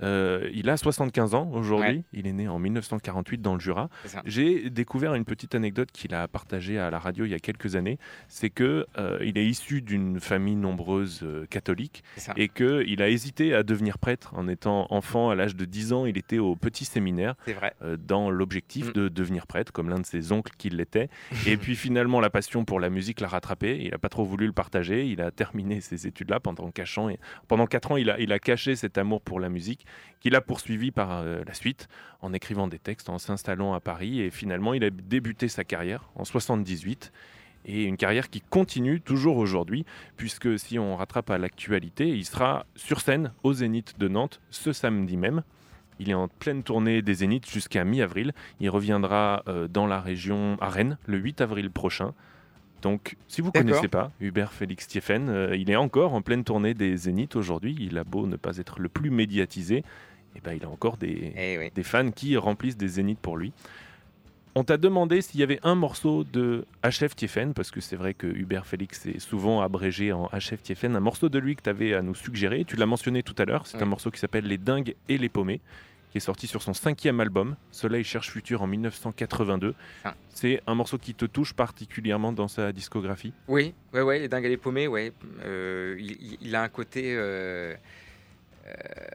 S4: Euh, il a soixante-quinze ans aujourd'hui,
S6: Ouais.
S4: il est né en mille neuf cent quarante-huit dans le Jura.
S6: C'est ça.
S4: J'ai découvert une petite anecdote qu'il a partagée à la radio il y a quelques années, c'est qu'il euh, est issu d'une famille nombreuse euh, catholique
S6: C'est ça.
S4: et qu'il a hésité à devenir prêtre en étant enfant. À l'âge de dix ans, il était au petit séminaire
S6: C'est vrai.
S4: euh, dans l'objectif
S6: Mm.
S4: de devenir prêtre, comme l'un de ses oncles qui l'était. Et puis finalement, la passion pour la musique l'a rattrapé. Il n'a pas trop voulu le partager. Il a terminé ses études-là pendant, cachant et, pendant quatre ans. Il a, il a caché cet amour pour la musique qu'il a poursuivi par euh, la suite en écrivant des textes, en s'installant à Paris. Et finalement, il a débuté sa carrière en soixante-dix-huit. Et une carrière qui continue toujours aujourd'hui, puisque si on rattrape à l'actualité, il sera sur scène au Zénith de Nantes ce samedi même. Il est en pleine tournée des Zéniths jusqu'à mi-avril. Il reviendra euh, dans la région à Rennes le huit avril prochain. Donc, si vous ne
S6: D'accord.
S4: connaissez pas Hubert Félix Thieffen, euh, il est encore en pleine tournée des Zéniths aujourd'hui. Il a beau ne pas être le plus médiatisé, et ben, il a encore des,
S6: Eh oui.
S4: des fans qui remplissent des Zéniths pour lui. On t'a demandé s'il y avait un morceau de H F Thieffen, parce que c'est vrai que Hubert Félix est souvent abrégé en H F Thieffen, un morceau de lui que tu avais à nous suggérer. Tu l'as mentionné tout à l'heure, c'est
S6: Oui.
S4: un morceau qui s'appelle Les Dingues et les Paumés, qui est sorti sur son cinquième album, Soleil cherche futur en mille neuf cent quatre-vingt-deux.
S6: Ah.
S4: C'est un morceau qui te touche particulièrement dans sa discographie.
S6: Oui, ouais, ouais, les dingues et les paumés, ouais. Euh, il, il- il a un côté euh, euh,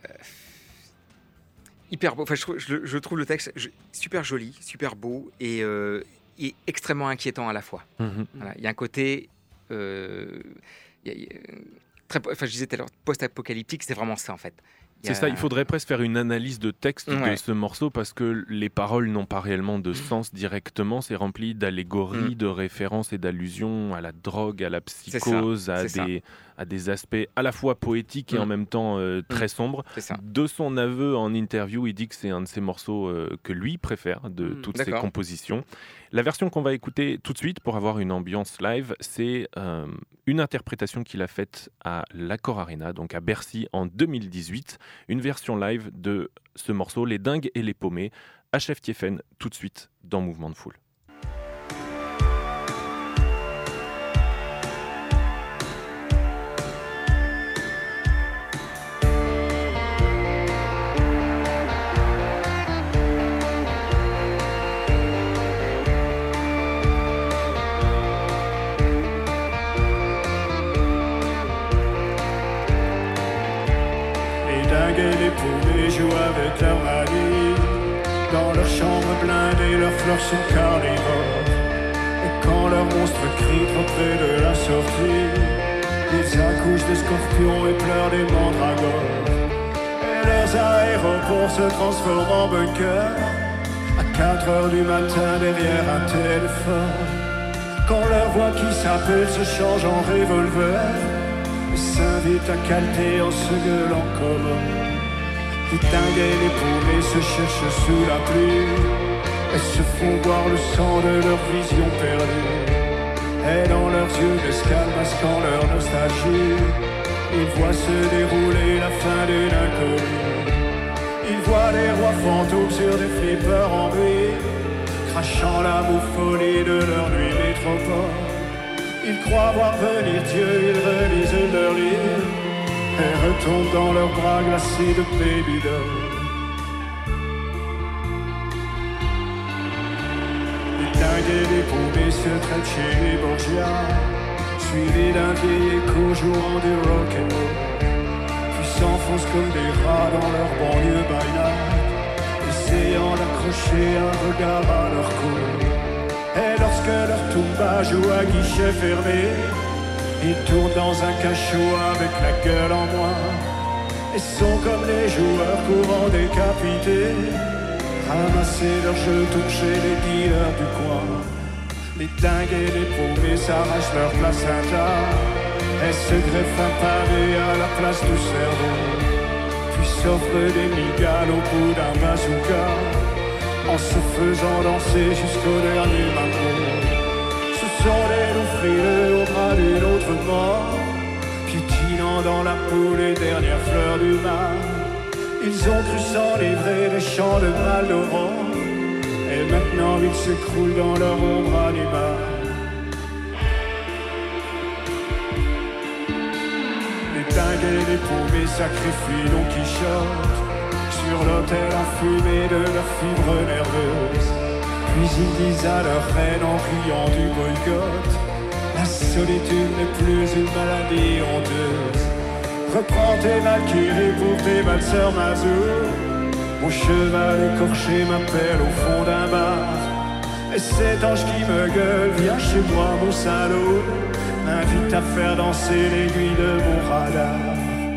S6: hyper beau. Enfin, je, trouve- je le- je trouve le texte je- super joli, super beau et, euh, et extrêmement inquiétant à la fois. Voilà, il y a un côté euh, il y a- il y a- très, enfin, je disais tout à l'heure, post-apocalyptique, c'est vraiment ça en fait. Il y
S4: C'est
S6: a-
S4: ça, il faudrait presque faire une analyse de texte de
S6: Ouais.
S4: ce morceau parce que les paroles n'ont pas réellement de sens directement. C'est rempli d'allégories,
S6: Mm.
S4: de références et d'allusions à la drogue, à la
S6: ça,
S4: psychose, à,
S6: c'est ça.
S4: des, à des aspects à la fois poétiques et
S6: Mm.
S4: en même temps euh, très sombres.
S6: C'est ça.
S4: De son aveu en interview, il dit que c'est un de ses morceaux euh, que lui préfère de
S5: Mm.
S4: toutes ses
S6: D'accord.
S4: compositions. La version qu'on va écouter tout de suite pour avoir une ambiance live, c'est euh, une interprétation qu'il a faite à l'Accor Arena, donc à Bercy en deux mille dix-huit. Une version live de ce morceau, Les Dingues et les Paumés. H F Thieffen, tout de suite dans Mouvement de Foule.
S8: Les dingues et les paumés jouent avec leur manie. Dans leur chambre blindée, leurs fleurs sont carnivores. Et quand leurs monstres crient trop près de la sortie, ils accouchent des scorpions et pleurent des mandragores. Et leurs aéroports se transforment en bunkers. À quatre heures du matin derrière un téléphone. Quand leur voix qui s'appelle se change en revolver, et s'invite à calter en se gueulant comme les dingues et les paumés se cherchent sous la pluie et se font boire le sang de leur vision perdue. Et dans leurs yeux d'escale masquant leur nostalgie, ils voient se dérouler la fin d'une inconnue. Ils voient les rois fantômes sur des flippers en buis, crachant la bouffolie de leur nuit métropole. Ils croient voir venir Dieu, ils relisent leurs livres et retombent dans leurs bras glacés de baby doll. Les dingues et les paumés se traitent chez les Borgia, suivis d'un vieil écho jouant du rock'n'roll, puis s'enfoncent comme des rats dans leur banlieue by night, essayant d'accrocher un regard à leur cou. Et lorsque leur tumba joue à guichet fermé, ils tournent dans un cachot avec la gueule en moi et sont comme les joueurs courant décapités, ramasser leurs jetons chez les dealers du coin. Les dingues et les paumés s'arrachent leur placenta et se greffent un pavé à la place du cerveau, puis s'offrent des migales au bout d'un bazooka en se faisant danser jusqu'au dernier magot. Ce sont des loups frileux au bras d'une autre mort, piétinant dans la peau les dernières fleurs du mal. Ils ont cru s'enivrer des champs de Maldoror, et maintenant ils s'écroulent dans leur ombre animale. Les dingues et les paumés sacrifient Don Quichotte sur l'autel enfumé de leurs fibres nerveuses. Puis ils disent à leur reine en criant du boycott: la solitude n'est plus une maladie honteuse. Reprends tes valkyries pour tes valseurs mazur. Mon cheval écorché m'appelle au fond d'un bar. Et cet ange qui me gueule, viens chez moi mon salaud, m'invite à faire danser l'aiguille de mon radar.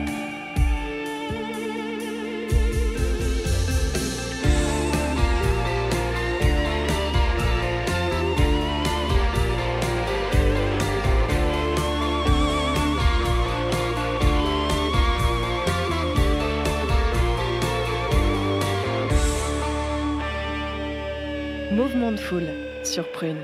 S3: Mouvement de foule sur Prune.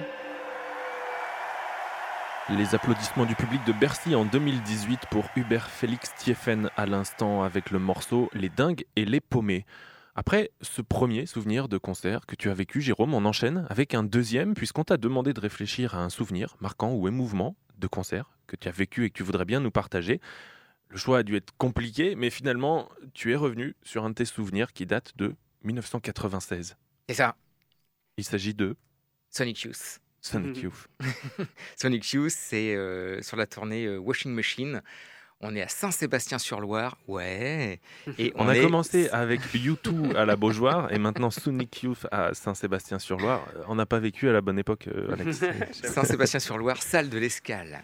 S4: Les applaudissements du public de Bercy en deux mille dix-huit pour Hubert Félix Thieffen à l'instant avec le morceau Les Dingues et les Paumés. Après ce premier souvenir de concert que tu as vécu, Jérôme, on enchaîne avec un deuxième puisqu'on t'a demandé de réfléchir à un souvenir marquant ou émouvant de concert que tu as vécu et que tu voudrais bien nous partager. Le choix a dû être compliqué, mais finalement, tu es revenu sur un de tes souvenirs qui date de dix-neuf cent quatre-vingt-seize.
S6: C'est ça.
S4: Il s'agit de
S6: Sonic Youth.
S4: Sonic Youth.
S6: Sonic Youth, c'est euh, sur la tournée euh, Washing Machine. On est à Saint-Sébastien-sur-Loire, ouais. Et
S4: on,
S6: on
S4: a
S6: est...
S4: commencé avec U deux à la Beaujoire et maintenant Sonic Youth à Saint-Sébastien-sur-Loire. On n'a pas vécu à la bonne époque, euh, Alex.
S6: Saint-Sébastien-sur-Loire, salle de l'Escale.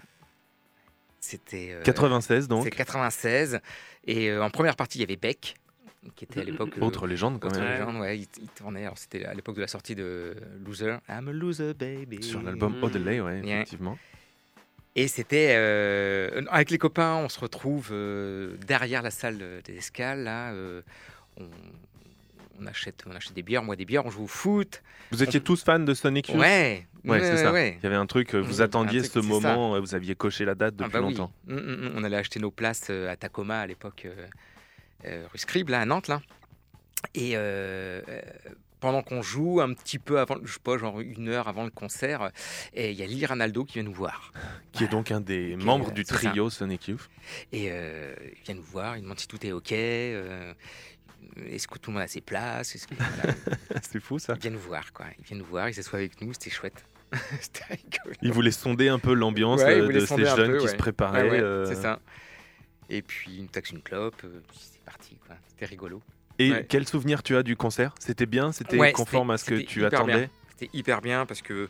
S6: C'était euh,
S4: quatre-vingt-seize donc.
S6: C'est quatre-vingt-seize. Et euh, en première partie, il y avait Beck, qui était à l'époque... Euh,
S4: Autre légende quand
S6: autre
S4: même.
S6: légende, ouais, il, il tournait. Alors, c'était à l'époque de la sortie de Loser. I'm a loser, baby.
S4: Sur l'album
S6: mmh.
S4: Odelay, ouais,
S6: yeah.
S4: effectivement.
S6: Et c'était... Euh, avec les copains, on se retrouve euh, derrière la salle des Escales, là. Euh, on, on, achète, on achète des bières, moi des bières, on joue au foot.
S4: Vous étiez on... tous fans de Sonic Youth ?
S6: Ouais.
S4: Ouais, c'est ça.
S6: Ouais.
S4: Il y avait un truc, vous attendiez
S6: truc,
S4: ce moment, ça. Vous aviez coché la date depuis
S6: ah bah
S4: longtemps.
S6: Oui. On allait acheter nos places à Tacoma à l'époque, euh, euh, rue Scribe, là, à Nantes, là. Et euh, pendant qu'on joue, un petit peu avant, je sais pas, genre une heure avant le concert, il y a Lee Ranaldo qui vient nous voir.
S4: Qui est donc un des qui membres est, du trio Sonic Youth.
S6: Et euh, il vient nous voir, il demande si tout est OK, euh, est-ce que tout le monde a ses places, est-ce que, voilà.
S4: C'est fou ça.
S6: Il vient nous voir, quoi. Il vient nous voir, il s'assoit avec nous, c'était chouette. C'était rigolo.
S4: Il voulait sonder un peu l'ambiance
S6: ouais,
S4: de ces jeunes
S6: peu,
S4: qui
S6: ouais.
S4: se préparaient.
S6: Ouais, ouais,
S4: euh...
S6: C'est ça. Et puis il nous taxe une clope, euh, c'est parti, quoi. C'était rigolo.
S4: Et
S6: ouais.
S4: Quel souvenir tu as du concert ? C'était bien ? C'était
S6: ouais,
S4: conforme
S6: c'était,
S4: à ce que tu
S6: hyper
S4: attendais ?
S6: Bien. C'était hyper bien parce que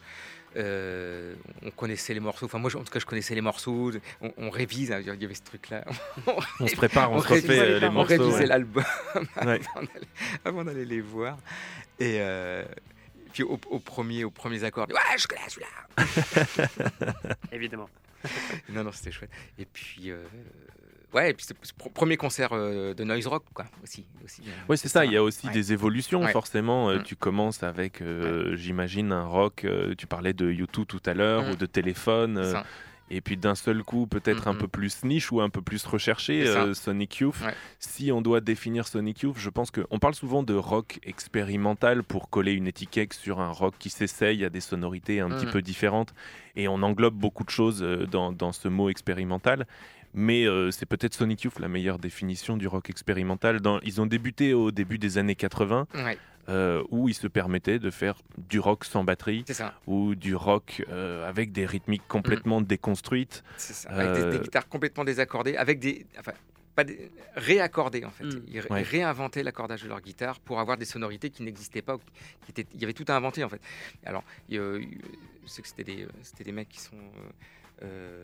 S6: euh, on connaissait les morceaux. Enfin, moi, en tout cas, je connaissais les morceaux. On, on révise. Hein, il y avait ce truc-là.
S4: on se prépare, on, on se refait
S6: révisait,
S4: les
S6: on
S4: morceaux.
S6: On révisait
S4: ouais.
S6: l'album
S4: ouais.
S6: avant, d'aller, avant d'aller les voir. Et euh, puis au, au premier, aux premiers accords, ouais, je connais celui-là.
S5: Évidemment.
S6: non, non, c'était chouette. Et puis. Euh, Ouais, et puis c'est le premier concert euh, de noise rock, quoi, aussi. aussi euh,
S4: oui, c'est ça, ça, il y a aussi
S6: ouais.
S4: des évolutions,
S6: ouais.
S4: forcément. Euh,
S6: mmh. Tu
S4: commences avec, euh, ouais. j'imagine, un rock, euh, tu parlais de U deux tout à l'heure, mmh. ou de Téléphone, euh, et puis d'un seul coup, peut-être mmh. un peu plus niche ou un peu plus recherché, euh, Sonic Youth. Ouais. Si on doit définir Sonic Youth, je pense qu'on parle souvent de rock expérimental pour coller une étiquette sur un rock qui s'essaye à des sonorités un mmh. petit peu différentes, et on englobe beaucoup de choses dans, dans ce mot expérimental. Mais euh, c'est peut-être Sonic Youth la meilleure définition du rock expérimental. Dans, ils ont débuté au début des années quatre-vingts,
S6: ouais.
S4: euh, où ils se permettaient de faire du rock sans batterie,
S6: c'est ça.
S4: Ou du rock euh, avec des rythmiques complètement mmh. déconstruites.
S6: C'est ça. Avec euh... des, des guitares complètement désaccordées, avec des... Enfin, pas des... réaccordées en fait. Mmh. Ils, ré- ouais. ils réinventaient l'accordage de leur guitare pour avoir des sonorités qui n'existaient pas. Qui étaient... Il y avait tout à inventer en fait. Alors, euh, je sais que c'était des, c'était des mecs qui sont... Euh,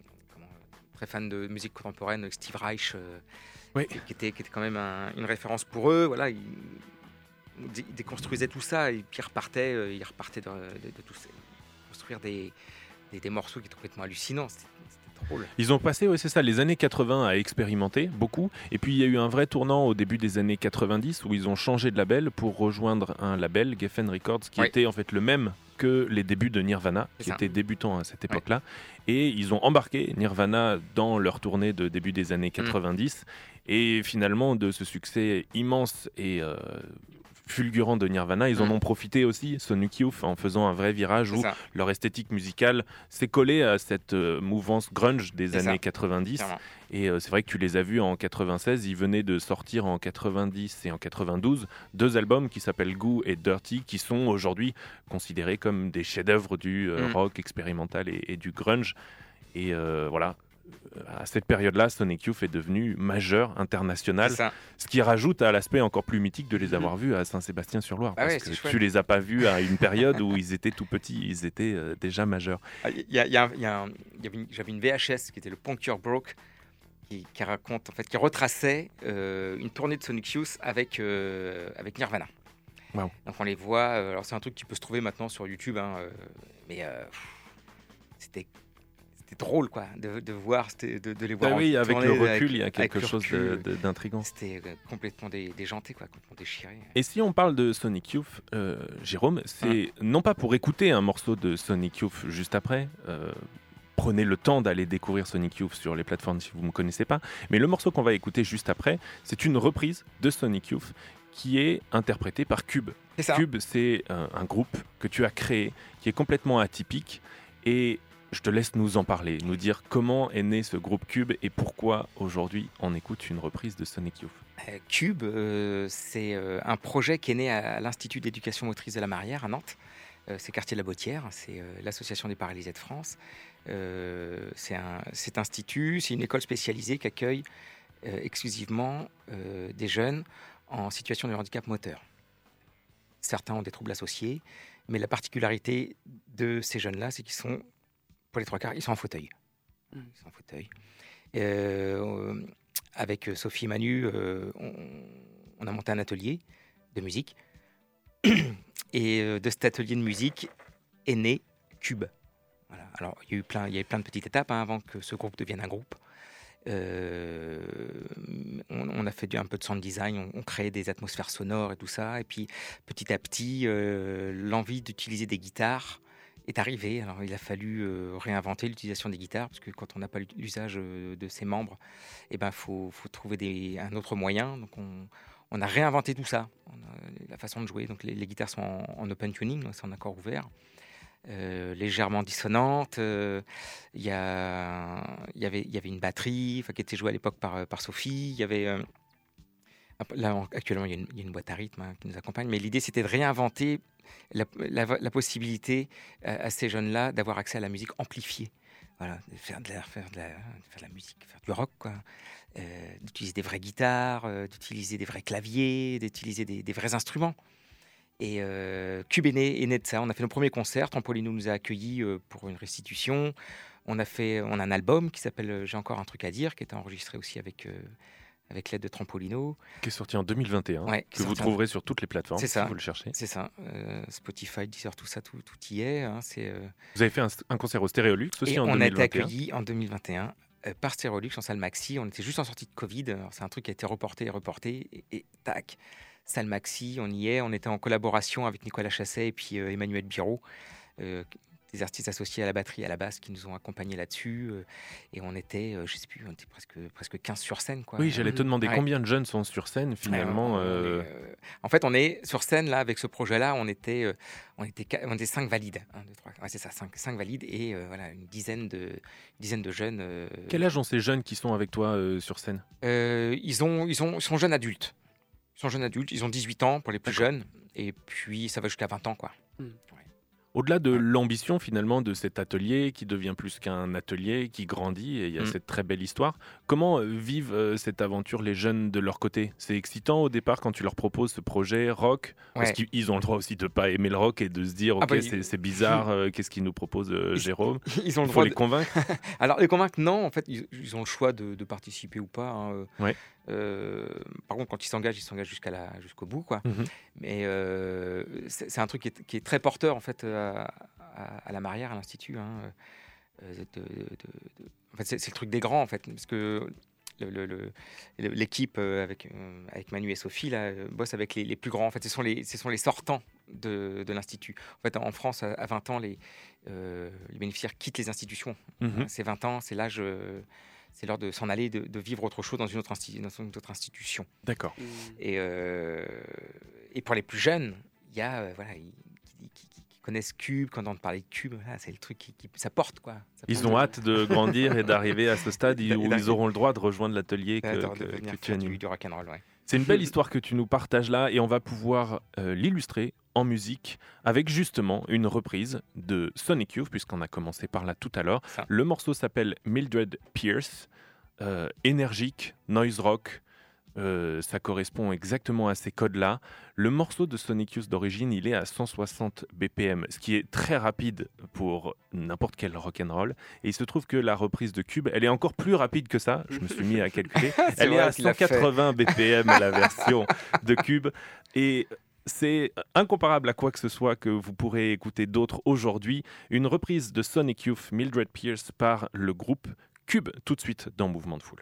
S6: très fan de musique contemporaine, Steve Reich, euh,
S4: oui.
S6: qui, était, qui était quand même un, une référence pour eux. Voilà, ils, ils déconstruisaient tout ça et puis ils repartaient, euh, ils repartaient de, de, de tout ça, construire des, des, des morceaux qui étaient complètement hallucinants. C'était, c'était drôle.
S4: Ils ont passé, ouais, c'est ça, les années quatre-vingts à expérimenter beaucoup. Et puis il y a eu un vrai tournant au début des années quatre-vingt-dix où ils ont changé de label pour rejoindre un label, Geffen Records, qui oui. était en fait le même que les débuts de Nirvana, c'est qui ça. étaient débutants à cette époque-là. Ouais. Et ils ont embarqué Nirvana dans leur tournée de début des années quatre-vingt-dix. Mmh. Et finalement, de ce succès immense et euh, fulgurant de Nirvana, ils en
S6: Mm.
S4: ont profité aussi, Sonic Youth, en faisant un vrai virage
S6: C'est
S4: où
S6: ça.
S4: leur esthétique musicale s'est collée à cette euh, mouvance grunge des
S6: C'est ça.
S4: années quatre-vingt-dix.
S6: Clairement.
S4: Et euh, c'est vrai que tu les as vus en quatre-vingt-seize, ils venaient de sortir en quatre-vingt-dix et en quatre-vingt-douze deux albums qui s'appellent Goo et Dirty, qui sont aujourd'hui considérés comme des chefs-d'œuvre du euh,
S6: Mm.
S4: rock expérimental et, et du grunge. Et euh, voilà, à cette période-là, Sonic Youth est devenu majeur international,
S6: C'est ça.
S4: ce qui rajoute à l'aspect encore plus mythique de les avoir vus à Saint-Sébastien-sur-Loire.
S6: Ah
S4: parce
S6: ouais,
S4: que
S6: c'est
S4: tu
S6: chouette.
S4: les as pas vus à une période où ils étaient tout petits, ils étaient euh, déjà majeurs.
S6: Ah, il y a- il y a un- il y a un- il y avait une- J'avais une V H S qui était le Puncture Broke, qui, qui raconte, en fait, qui retraçait euh, une tournée de Sonic Youth avec, euh, avec Nirvana.
S4: Wow.
S6: Donc on les voit, euh, alors c'est un truc qui peut se trouver maintenant sur YouTube, hein, euh, mais euh, pff, c'était c'était drôle quoi, de, de voir, c'était- de, de les voir.
S4: Bah
S6: en
S4: oui, avec
S6: tournée,
S4: le recul,
S6: avec-
S4: il y a
S6: avec
S4: quelque
S6: le
S4: chose de-
S6: recul.
S4: de- d'intriguant.
S6: C'était euh, complètement dé- déjanté, quoi, complètement déchiré.
S4: Et si on parle de Sonic Youth, euh, Jérôme, c'est non pas pour écouter un morceau de Sonic Youth juste après, euh, prenez le temps d'aller découvrir Sonic Youth sur les plateformes si vous ne me connaissez pas, mais le morceau qu'on va écouter juste après, c'est une reprise de Sonic Youth qui est interprété par Cube.
S6: C'est ça.
S4: Cube, c'est un, un groupe que tu as créé, qui est complètement atypique, et je te laisse nous en parler, nous dire comment est né ce groupe Cube et pourquoi aujourd'hui on écoute une reprise de Sonic Youth.
S6: Euh, Cube, euh, c'est euh, un projet qui est né à l'Institut d'éducation motrice de la Marrière à Nantes. Euh, c'est quartier de la Bottière, c'est euh, l'association des paralysés de France. Euh, c'est un, cet institut, c'est une école spécialisée qui accueille euh, exclusivement euh, des jeunes en situation de handicap moteur. Certains ont des troubles associés, mais la particularité de ces jeunes-là, c'est qu'ils sont, pour les trois quarts, ils sont en fauteuil. Ils sont en fauteuil. Euh, avec Sophie et Manu, euh, on, on a monté un atelier de musique. Et euh, de cet atelier de musique est né Cube. Voilà. Alors, il y a eu plein, il y a eu plein de petites étapes hein, avant que ce groupe devienne un groupe. Euh, on, on a fait du, un peu de sound design, on, on créait des atmosphères sonores et tout ça. Et puis, petit à petit, euh, l'envie d'utiliser des guitares est arrivée. Alors, il a fallu euh, réinventer l'utilisation des guitares, parce que quand on n'a pas l'usage euh, de ses membres, il ben, faut, faut trouver des, un autre moyen. Donc, on, on a réinventé tout ça, on a, la façon de jouer. Donc, les, les guitares sont en, en open tuning, donc c'est en accord ouvert. Euh, légèrement dissonante. Euh, Il y, a, il y, avait, il y avait une batterie qui était jouée à l'époque par, par Sophie. Il y avait, euh, là, actuellement, il y, a une, il y a une boîte à rythme hein, qui nous accompagne. Mais l'idée, c'était de réinventer la, la, la possibilité à, à ces jeunes-là d'avoir accès à la musique amplifiée. Voilà, de faire de la, faire de la, de faire de la musique, faire du rock, quoi. Euh, d'utiliser des vraies guitares, euh, d'utiliser des vrais claviers, d'utiliser des, des vrais instruments. Et euh, Cube est né, est né de ça. On a fait nos premiers concerts. Trampolino nous a accueillis euh, pour une restitution. On a fait, on a un album qui s'appelle euh, J'ai encore un truc à dire, qui est enregistré aussi avec euh, avec l'aide de Trampolino.
S4: Qui est sorti en deux mille vingt et un,
S6: Ouais,
S4: que vous trouverez sur toutes les plateformes
S6: C'est
S4: si
S6: ça.
S4: vous le cherchez.
S6: C'est ça. Euh, Spotify, Deezer, tout ça, tout, tout y est. Hein, c'est, euh...
S4: Vous avez fait un, un concert au Stéréolux aussi
S6: et
S4: en
S6: on
S4: deux mille vingt et un.
S6: a été accueillis en deux mille vingt et un euh, par Stéréolux en salle Maxi. On était juste en sortie de Covid. Alors, c'est un truc qui a été reporté et reporté. Et, et tac, salle Maxi, on y est. On était en collaboration avec Nicolas Chasset et puis euh, Emmanuel Biro, euh, des artistes associés à la batterie et à la basse qui nous ont accompagnés là-dessus. Euh, et on était, euh, je sais plus, on était presque, presque quinze sur scène. Quoi.
S4: Oui, j'allais te demander
S6: Ouais.
S4: combien de jeunes sont sur scène finalement.
S6: Ouais, on
S4: euh,
S6: est, euh, en fait, on est sur scène là avec ce projet-là. On était, euh, on était, qua- on était cinq valides. Un, deux, trois, ouais, c'est ça, cinq, cinq valides et euh, voilà une dizaine de, une dizaine de jeunes. euh,
S4: Quel âge ont ces jeunes qui sont avec toi euh, sur scène?
S6: euh, ils ont, ils ont, ils sont jeunes adultes. Ils sont jeunes adultes. Ils ont dix-huit ans pour les plus
S4: D'accord.
S6: jeunes et puis ça va jusqu'à vingt ans quoi.
S4: Au-delà de l'ambition finalement de cet atelier qui devient plus qu'un atelier, qui grandit, et il y a
S6: Mm.
S4: cette très belle histoire, comment euh, vivent euh, cette aventure les jeunes de leur côté? C'est excitant au départ quand tu leur proposes ce projet rock, parce
S6: Ouais.
S4: qu'ils ont le droit aussi de ne pas aimer le rock et de se dire, ok,
S6: Ah bah,
S4: c'est
S6: ils-
S4: c'est bizarre, euh, qu'est-ce qu'il nous propose euh,
S6: Ils-
S4: Jérôme?
S6: Ils ont
S4: Il
S6: le
S4: faut
S6: droit.
S4: les
S6: de-
S4: convaincre.
S6: Alors les convaincre, non. En fait, ils, ils ont le choix de, de participer ou pas. hein, euh.
S4: Ouais.
S6: Euh, par contre, quand ils s'engagent, ils s'engagent jusqu'à la, jusqu'au bout, quoi.
S4: Mhm.
S6: Mais euh, c'est, c'est un truc qui est, qui est très porteur en fait à, à- à la Marrière, à l'institut. hein, euh, de- de- de- de- En fait, c'est, c'est le truc des grands, en fait, parce que le- le- le- le- l'équipe euh, avec euh, avec Manu et Sophie là euh, bosse avec les, les plus grands. En fait, ce sont les ce sont les sortants de, de l'institut. En fait, en France, à, à vingt ans, les euh, les bénéficiaires quittent les institutions.
S4: Mhm.
S6: Hein, c'est vingt ans, c'est l'âge. euh, c'est l'heure de s'en aller, de, de vivre autre chose dans une autre, insti- dans une autre institution.
S4: D'accord.
S6: Et, euh, et pour les plus jeunes, il y a euh, voilà, ils, qui, qui, qui, qui connaissent Cube, quand on entend parler de Cube, voilà, c'est le truc qui, qui ça porte quoi. Ça
S4: Ils
S6: porte
S4: ont
S6: de-
S4: hâte de grandir et d'arriver à ce stade où ils auront le droit de rejoindre l'atelier que,
S6: Attends, de
S4: que-
S6: venir
S4: que tu
S6: faire
S4: animes.
S6: du, du rock'n'roll, ouais.
S4: C'est une belle histoire que tu nous partages là et on va pouvoir euh, l'illustrer en musique avec justement une reprise de Sonic Youth puisqu'on a commencé par là tout à l'heure.
S6: Ça.
S4: Le morceau s'appelle Mildred Pierce, euh, énergique, noise rock. Euh, ça correspond exactement à ces codes-là. Le morceau de Sonic Youth d'origine, il est à cent soixante B P M, ce qui est très rapide pour n'importe quel rock'n'roll. Et il se trouve que la reprise de Cube, elle est encore plus rapide que ça. Je me suis mis à calculer. Elle est
S6: vrai
S4: à
S6: qu'il l'a
S4: cent quatre-vingts B P M, la version de Cube. Et c'est incomparable à quoi que ce soit que vous pourrez écouter d'autres aujourd'hui. Une reprise de Sonic Youth, Mildred Pierce, par le groupe Cube, tout de suite dans Mouvement de Foule.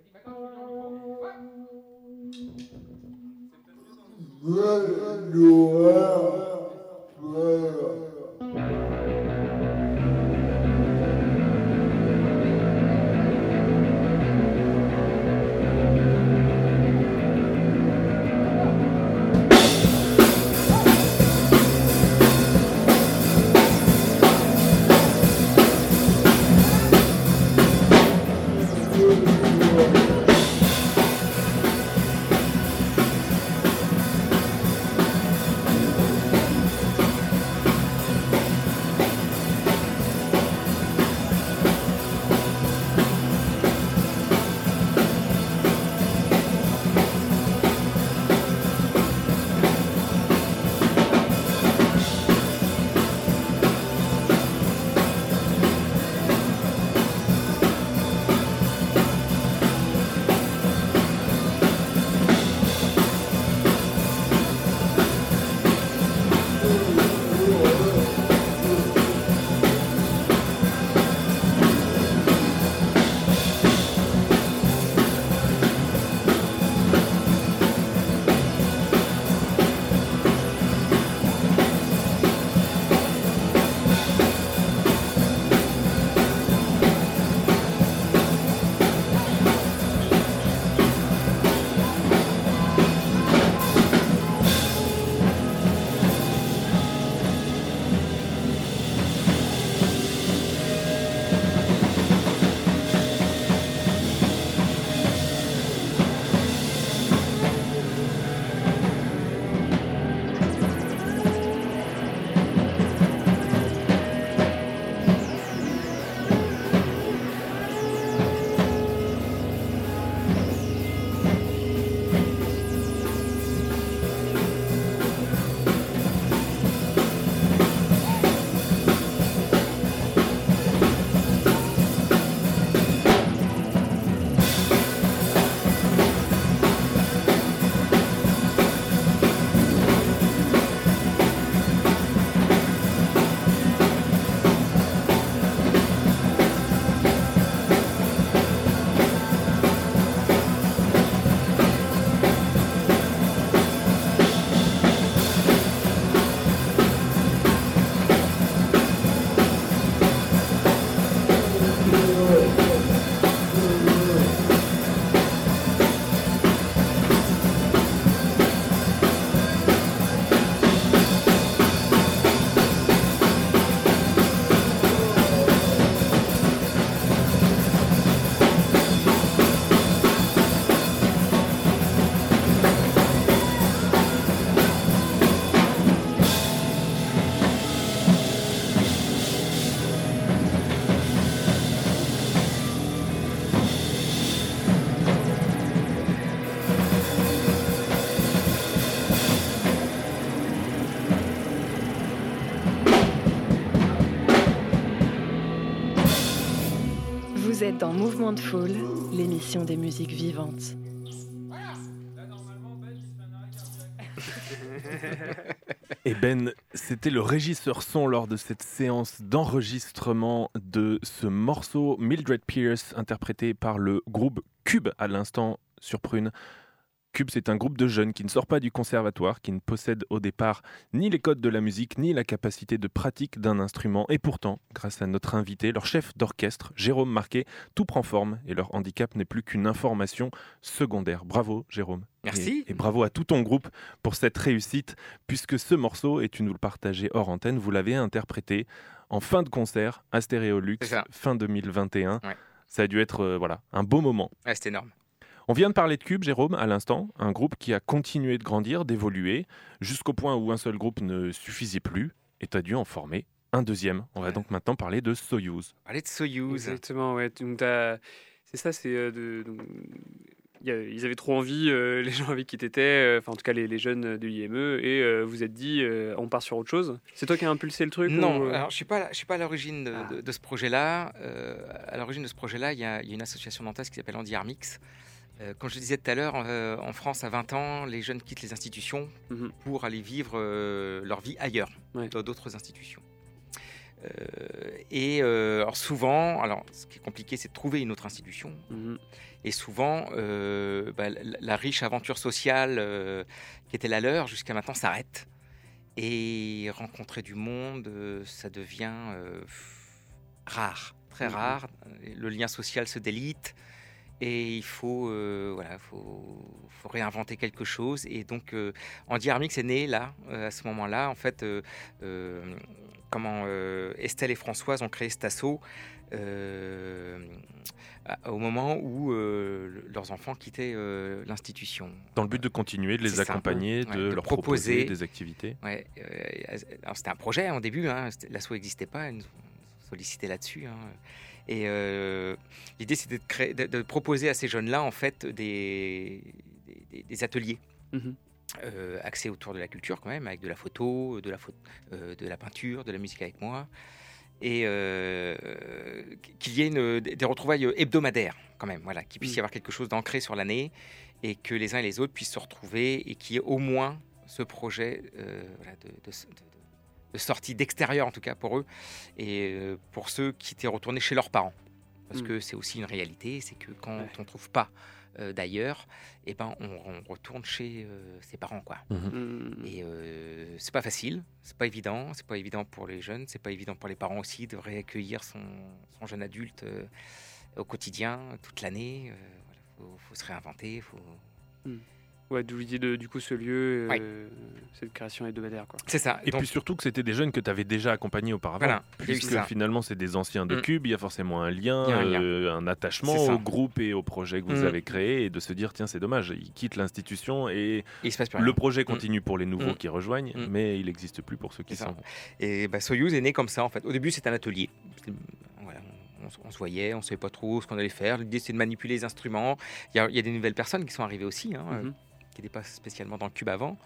S3: Vous êtes dans Mouvement de Foule, l'émission des musiques vivantes.
S4: Et Ben, c'était le régisseur son lors de cette séance d'enregistrement de ce morceau Mildred Pierce, interprété par le groupe Cube à l'instant sur Prune. Cube, c'est un groupe de jeunes qui ne sort pas du conservatoire, qui ne possède au départ ni les codes de la musique, ni la capacité de pratique d'un instrument. Et pourtant, grâce à notre invité, leur chef d'orchestre, Jérôme Marquet, tout prend forme et leur handicap n'est plus qu'une information secondaire. Bravo, Jérôme.
S6: Merci.
S4: Et, et bravo à tout ton groupe pour cette réussite, puisque ce morceau, et tu nous le partageais hors antenne, vous l'avez interprété en fin de concert à Stéréolux, fin deux mille vingt et un. Ouais. Ça a dû être euh, voilà, un beau moment.
S6: Ouais, c'était énorme.
S4: On vient de parler de Cube, Jérôme, à l'instant, un groupe qui a continué de grandir, d'évoluer, jusqu'au point où un seul groupe ne suffisait plus, et tu as dû en former un deuxième. On va ouais. donc maintenant parler de Soyouz.
S6: Parler de Soyouz.
S5: Exactement, ouais. Donc, c'est ça, c'est euh, de... Donc... Ils avaient trop envie, euh, les gens avec qui tu étais, enfin euh, en tout cas les, les jeunes de l'I M E, et euh, vous êtes dit, euh, on part sur autre chose. C'est toi qui as impulsé le truc?
S6: Non,
S5: ou...
S6: alors, je ne suis pas, je suis pas à l'origine de, ah. de, de ce projet-là. Euh, à l'origine de ce projet-là, il y, y a une association nantaise qui s'appelle Andy Armix. Euh, comme je le disais tout à l'heure, euh, en France, à vingt ans, les jeunes quittent les institutions mm-hmm. pour aller vivre euh, leur vie ailleurs, ouais. dans d'autres institutions. Euh, et euh, alors souvent, alors, ce qui est compliqué, c'est de trouver une autre institution. Mm-hmm. Et souvent, euh, bah, la, la riche aventure sociale euh, qui était la leur jusqu'à maintenant s'arrête. Et rencontrer du monde, euh, ça devient euh, rare, très mmh. rare. Le lien social se délite et il faut, euh, voilà, faut, faut réinventer quelque chose. Et donc, euh, Andy Armix est né là, euh, à ce moment-là. En fait, euh, euh, comment euh, Estelle et Françoise ont créé cet asso. Euh, au moment où euh, leurs enfants quittaient euh, l'institution.
S4: Dans le but de continuer, de les
S6: C'est
S4: accompagner,
S6: ouais,
S4: de,
S6: de
S4: leur
S6: proposer,
S4: proposer des activités.
S6: Ouais, euh, alors c'était un projet au début, hein, l'asso n'existait pas, ils nous ont sollicité là-dessus. Hein, et euh, l'idée c'était de, créer, de, de proposer à ces jeunes-là en fait des, des, des ateliers. Mm-hmm. Euh, axés autour de la culture quand même, avec de la photo, de la, photo, euh, de la peinture, de la musique avec moi. Et euh, qu'il y ait une, des retrouvailles hebdomadaires quand même, voilà, qu'il puisse y avoir quelque chose d'ancré sur l'année et que les uns et les autres puissent se retrouver et qu'il y ait au moins ce projet euh, voilà, de, de, de, de sortie d'extérieur en tout cas pour eux et euh, pour ceux qui étaient retournés chez leurs parents. Parce mmh. que c'est aussi une réalité, c'est que quand ouais. on ne trouve pas euh, d'ailleurs, eh ben, on, on retourne chez euh, ses parents. Quoi. Mmh. Et euh, c'est pas facile, c'est pas évident, c'est pas évident pour les jeunes, c'est pas évident pour les parents aussi de réaccueillir son, son jeune adulte euh, au quotidien, toute l'année. Il euh, voilà, faut, faut se réinventer, faut...
S5: Mmh. Ouais, d'où l'idée de du coup ce lieu, ouais. euh, cette création hebdomadaire, quoi.
S6: C'est ça.
S4: Et
S6: donc,
S4: puis surtout que c'était des jeunes que tu avais déjà accompagnés auparavant.
S6: Voilà,
S4: puisque finalement c'est des anciens de mmh. Cube, il y a forcément un lien,
S6: un, lien.
S4: Euh, un attachement au groupe et au projet que vous mmh. avez créé, et de se dire tiens c'est dommage, ils quittent l'institution et,
S6: et
S4: le projet continue mmh. pour les nouveaux
S6: mmh.
S4: qui rejoignent, mmh. mais il n'existe plus pour ceux qui s'en vont.
S6: Et bah, Soyouz est né comme ça en fait. Au début c'était un atelier. Voilà. On, on se voyait, on ne savait pas trop ce qu'on allait faire. L'idée c'était de manipuler les instruments. Il y a, il y a des nouvelles personnes qui sont arrivées aussi. Hein, mmh. qui n'était pas spécialement dans le Cube avant.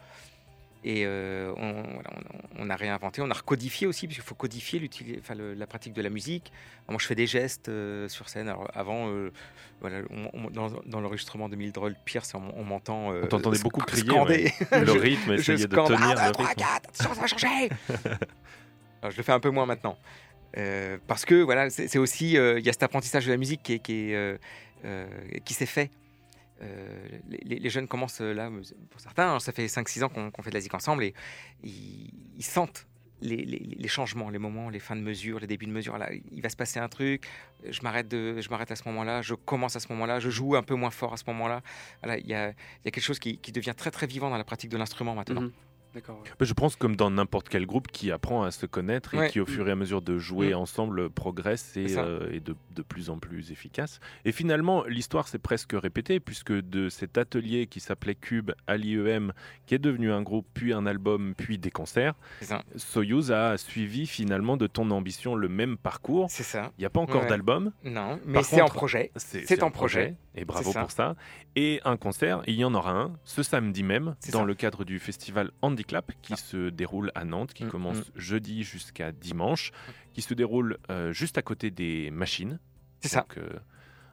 S6: Et euh, on, voilà, on, on a réinventé, on a recodifié aussi, parce qu'il faut codifier enfin, le, la pratique de la musique. Alors moi, je fais des gestes euh, sur scène. Alors, avant, euh, voilà, on, on, dans, dans l'enregistrement de Mille Drôles Pierce, on, on m'entend... Euh,
S4: on t'entendait beaucoup crier, ouais. Le rythme, essayer de tenir
S6: un,
S4: le
S6: deux, trois, quatre, attention, ça va changer. Alors, je le fais un peu moins maintenant. Euh, parce que, voilà, c'est, c'est aussi... Il euh, y a cet apprentissage de la musique qui, est, qui, est, euh, euh, qui s'est fait. Euh, les, les jeunes commencent là, pour certains, hein, ça fait cinq six ans qu'on, qu'on fait de la zik ensemble et ils, ils sentent les, les, les changements, les moments, les fins de mesure, les débuts de mesure. Là, il va se passer un truc, je m'arrête, de, je m'arrête à ce moment-là, je commence à ce moment-là, je joue un peu moins fort à ce moment-là. Voilà, il y a, il y a quelque chose qui, qui devient très très vivant dans la pratique de l'instrument maintenant.
S5: Mmh. D'accord, ouais.
S4: Je pense comme dans n'importe quel groupe qui apprend à se connaître et
S6: ouais.
S4: qui au fur et à mesure de jouer
S6: mmh.
S4: ensemble progresse et, euh, et de, de plus en plus efficace. Et finalement, l'histoire s'est presque répétée puisque de cet atelier qui s'appelait Cube à l'I E M, qui est devenu un groupe, puis un album, puis des concerts, Soyouz a suivi finalement de ton ambition le même parcours.
S6: C'est ça.
S4: Il n'y a pas encore
S6: ouais.
S4: d'album.
S6: Non, mais
S4: Par
S6: c'est
S4: contre,
S6: en projet.
S4: C'est,
S6: c'est,
S4: c'est
S6: en
S4: en
S6: projet.
S4: projet. Et bravo
S6: ça.
S4: pour ça. Et un concert, il y en aura un ce samedi même,
S6: c'est
S4: dans
S6: ça.
S4: le cadre du festival Handiclap, qui ah. se déroule à Nantes, qui mmh, commence mmh. jeudi jusqu'à dimanche, qui se déroule euh, juste à côté des machines.
S6: C'est
S4: Donc,
S6: ça.
S4: Euh,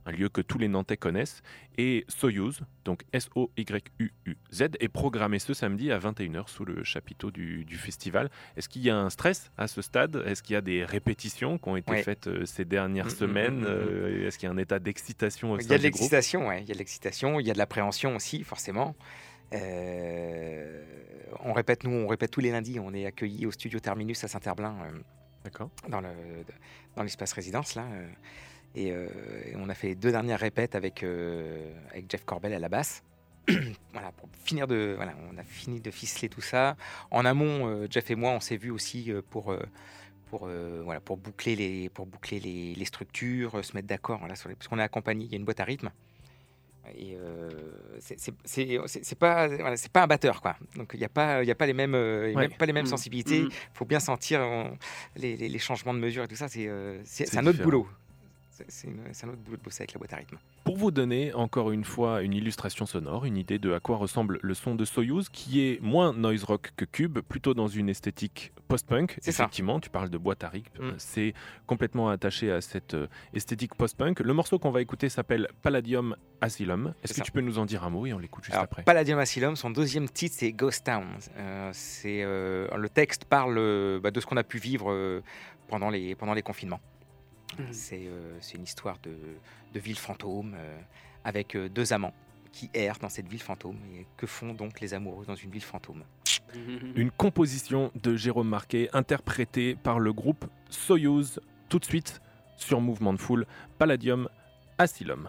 S4: un lieu que tous les Nantais connaissent. Et Soyouz, donc S O Y U U Z, est programmé ce samedi à vingt et une heures sous le chapiteau du, du festival. Est-ce qu'il y a un stress à ce stade ? Est-ce qu'il y a des répétitions qui ont été ouais. faites euh, ces dernières mmh, semaines mmh, euh, Est-ce qu'il y a un état d'excitation au sein du groupe ?
S6: Il y a de l'excitation, ouais. Il y a de l'excitation, il y a de l'appréhension aussi, forcément. Euh, on répète, nous, on répète tous les lundis. On est accueillis au studio Terminus à Saint-Herblain, euh,
S4: D'accord.
S6: Dans, le, dans l'espace résidence là. Euh, et, euh, et on a fait les deux dernières répètes avec euh, avec Jeff Corbel à la basse. Voilà, pour finir de, voilà, on a fini de ficeler tout ça. En amont, euh, Jeff et moi, on s'est vus aussi euh, pour euh, pour euh, voilà, pour boucler les pour boucler les, les structures, euh, se mettre d'accord. Voilà, sur les, parce qu'on est accompagné. Il y a une boîte à rythme. Et euh, c'est, c'est, c'est, c'est, c'est pas voilà, c'est pas un batteur quoi, donc il y a pas il y a pas les mêmes euh, ouais. même pas les mêmes mmh. sensibilités. Il mmh. faut bien sentir on, les, les, les changements de mesure et tout ça. C'est euh, c'est, c'est, c'est un autre boulot. C'est, c'est, une, c'est un autre boulot de bosser avec la boîte à rythme.
S4: Pour vous donner encore une fois une illustration sonore, une idée de à quoi ressemble le son de Soyouz, qui est moins noise rock que Cube, plutôt dans une esthétique post-punk.
S6: C'est
S4: Effectivement,
S6: ça.
S4: Tu parles de boîte à rythme,
S6: mm.
S4: c'est complètement attaché à cette esthétique post-punk. Le morceau qu'on va écouter s'appelle Palladium Asylum. Est-ce c'est que ça. Tu peux nous en dire un mot et on l'écoute juste
S6: Alors,
S4: après ?
S6: Palladium Asylum, son deuxième titre, c'est Ghost Town. Euh, c'est, euh, le texte parle euh, bah, de ce qu'on a pu vivre euh, pendant, les, pendant les confinements. Mmh. C'est, euh, c'est une histoire de, de ville fantôme euh, avec euh, deux amants qui errent dans cette ville fantôme. Et que font donc les amoureux dans une ville fantôme ?
S4: Une composition de Jérôme Marquet interprétée par le groupe Soyouz, tout de suite sur Mouvement de Foule, Palladium Asylum.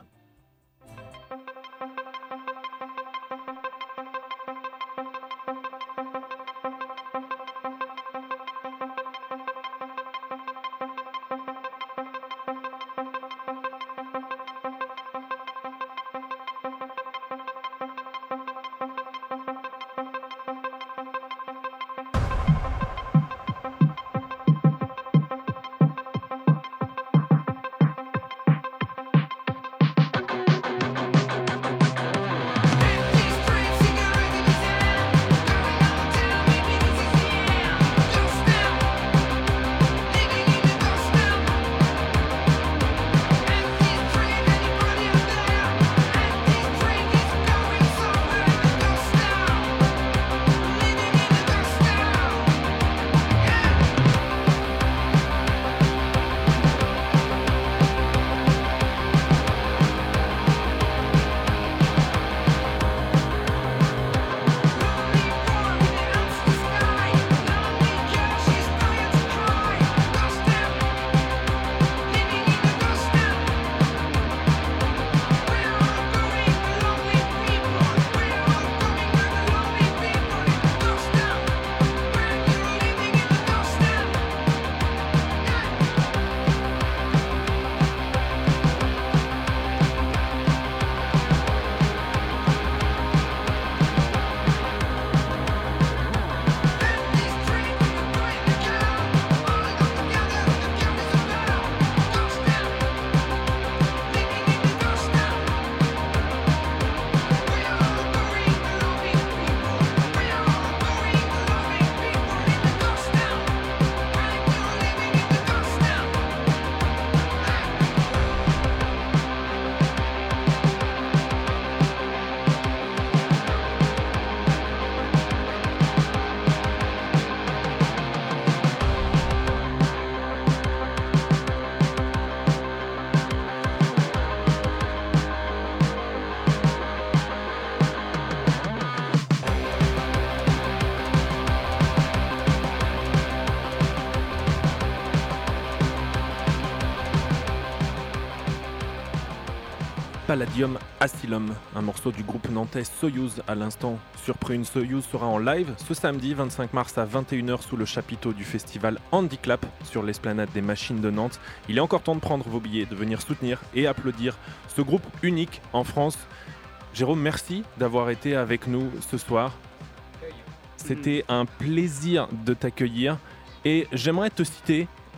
S4: Palladium Asylum, un morceau du groupe nantais Soyouz à l'instant. Sur Prune, Soyouz sera en live ce samedi vingt-cinq mars à vingt et une heures sous le chapiteau du festival Handiclap sur l'esplanade des Machines de Nantes. Il est encore temps de prendre vos billets, de venir soutenir et applaudir ce groupe unique en France. Jérôme, merci d'avoir été avec nous ce soir. C'était un plaisir de t'accueillir et j'aimerais te citer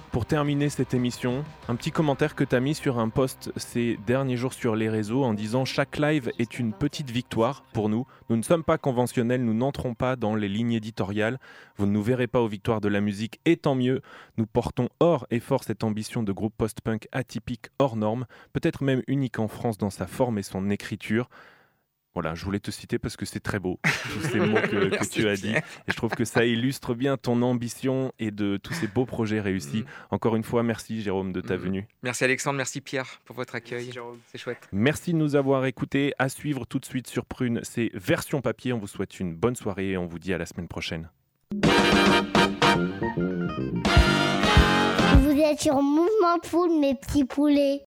S4: Pour terminer cette émission, un petit commentaire que tu as mis sur un post ces derniers jours sur les réseaux en disant « Chaque live est une petite victoire pour nous. Nous ne sommes pas conventionnels, nous n'entrons pas dans les lignes éditoriales. Vous ne nous verrez pas aux victoires de la musique et tant mieux. Nous portons hors et fort cette ambition de groupe post-punk atypique hors norme, peut-être même unique en France dans sa forme et son écriture. » Voilà, je voulais te citer parce que c'est très beau, tous ces mots que, que tu as dit. Et je trouve que ça illustre bien ton ambition et de tous ces beaux projets réussis. Mmh. Encore une fois, merci Jérôme de ta mmh. venue.
S6: Merci Alexandre, merci Pierre pour votre accueil.
S5: Merci Jérôme.
S6: C'est chouette.
S4: Merci de nous avoir écoutés. À suivre tout de suite sur Prune, c'est Version Papier. On vous souhaite une bonne soirée et on vous dit à la semaine prochaine.
S2: Vous êtes sur Mouvement de Foule, mes petits poulets.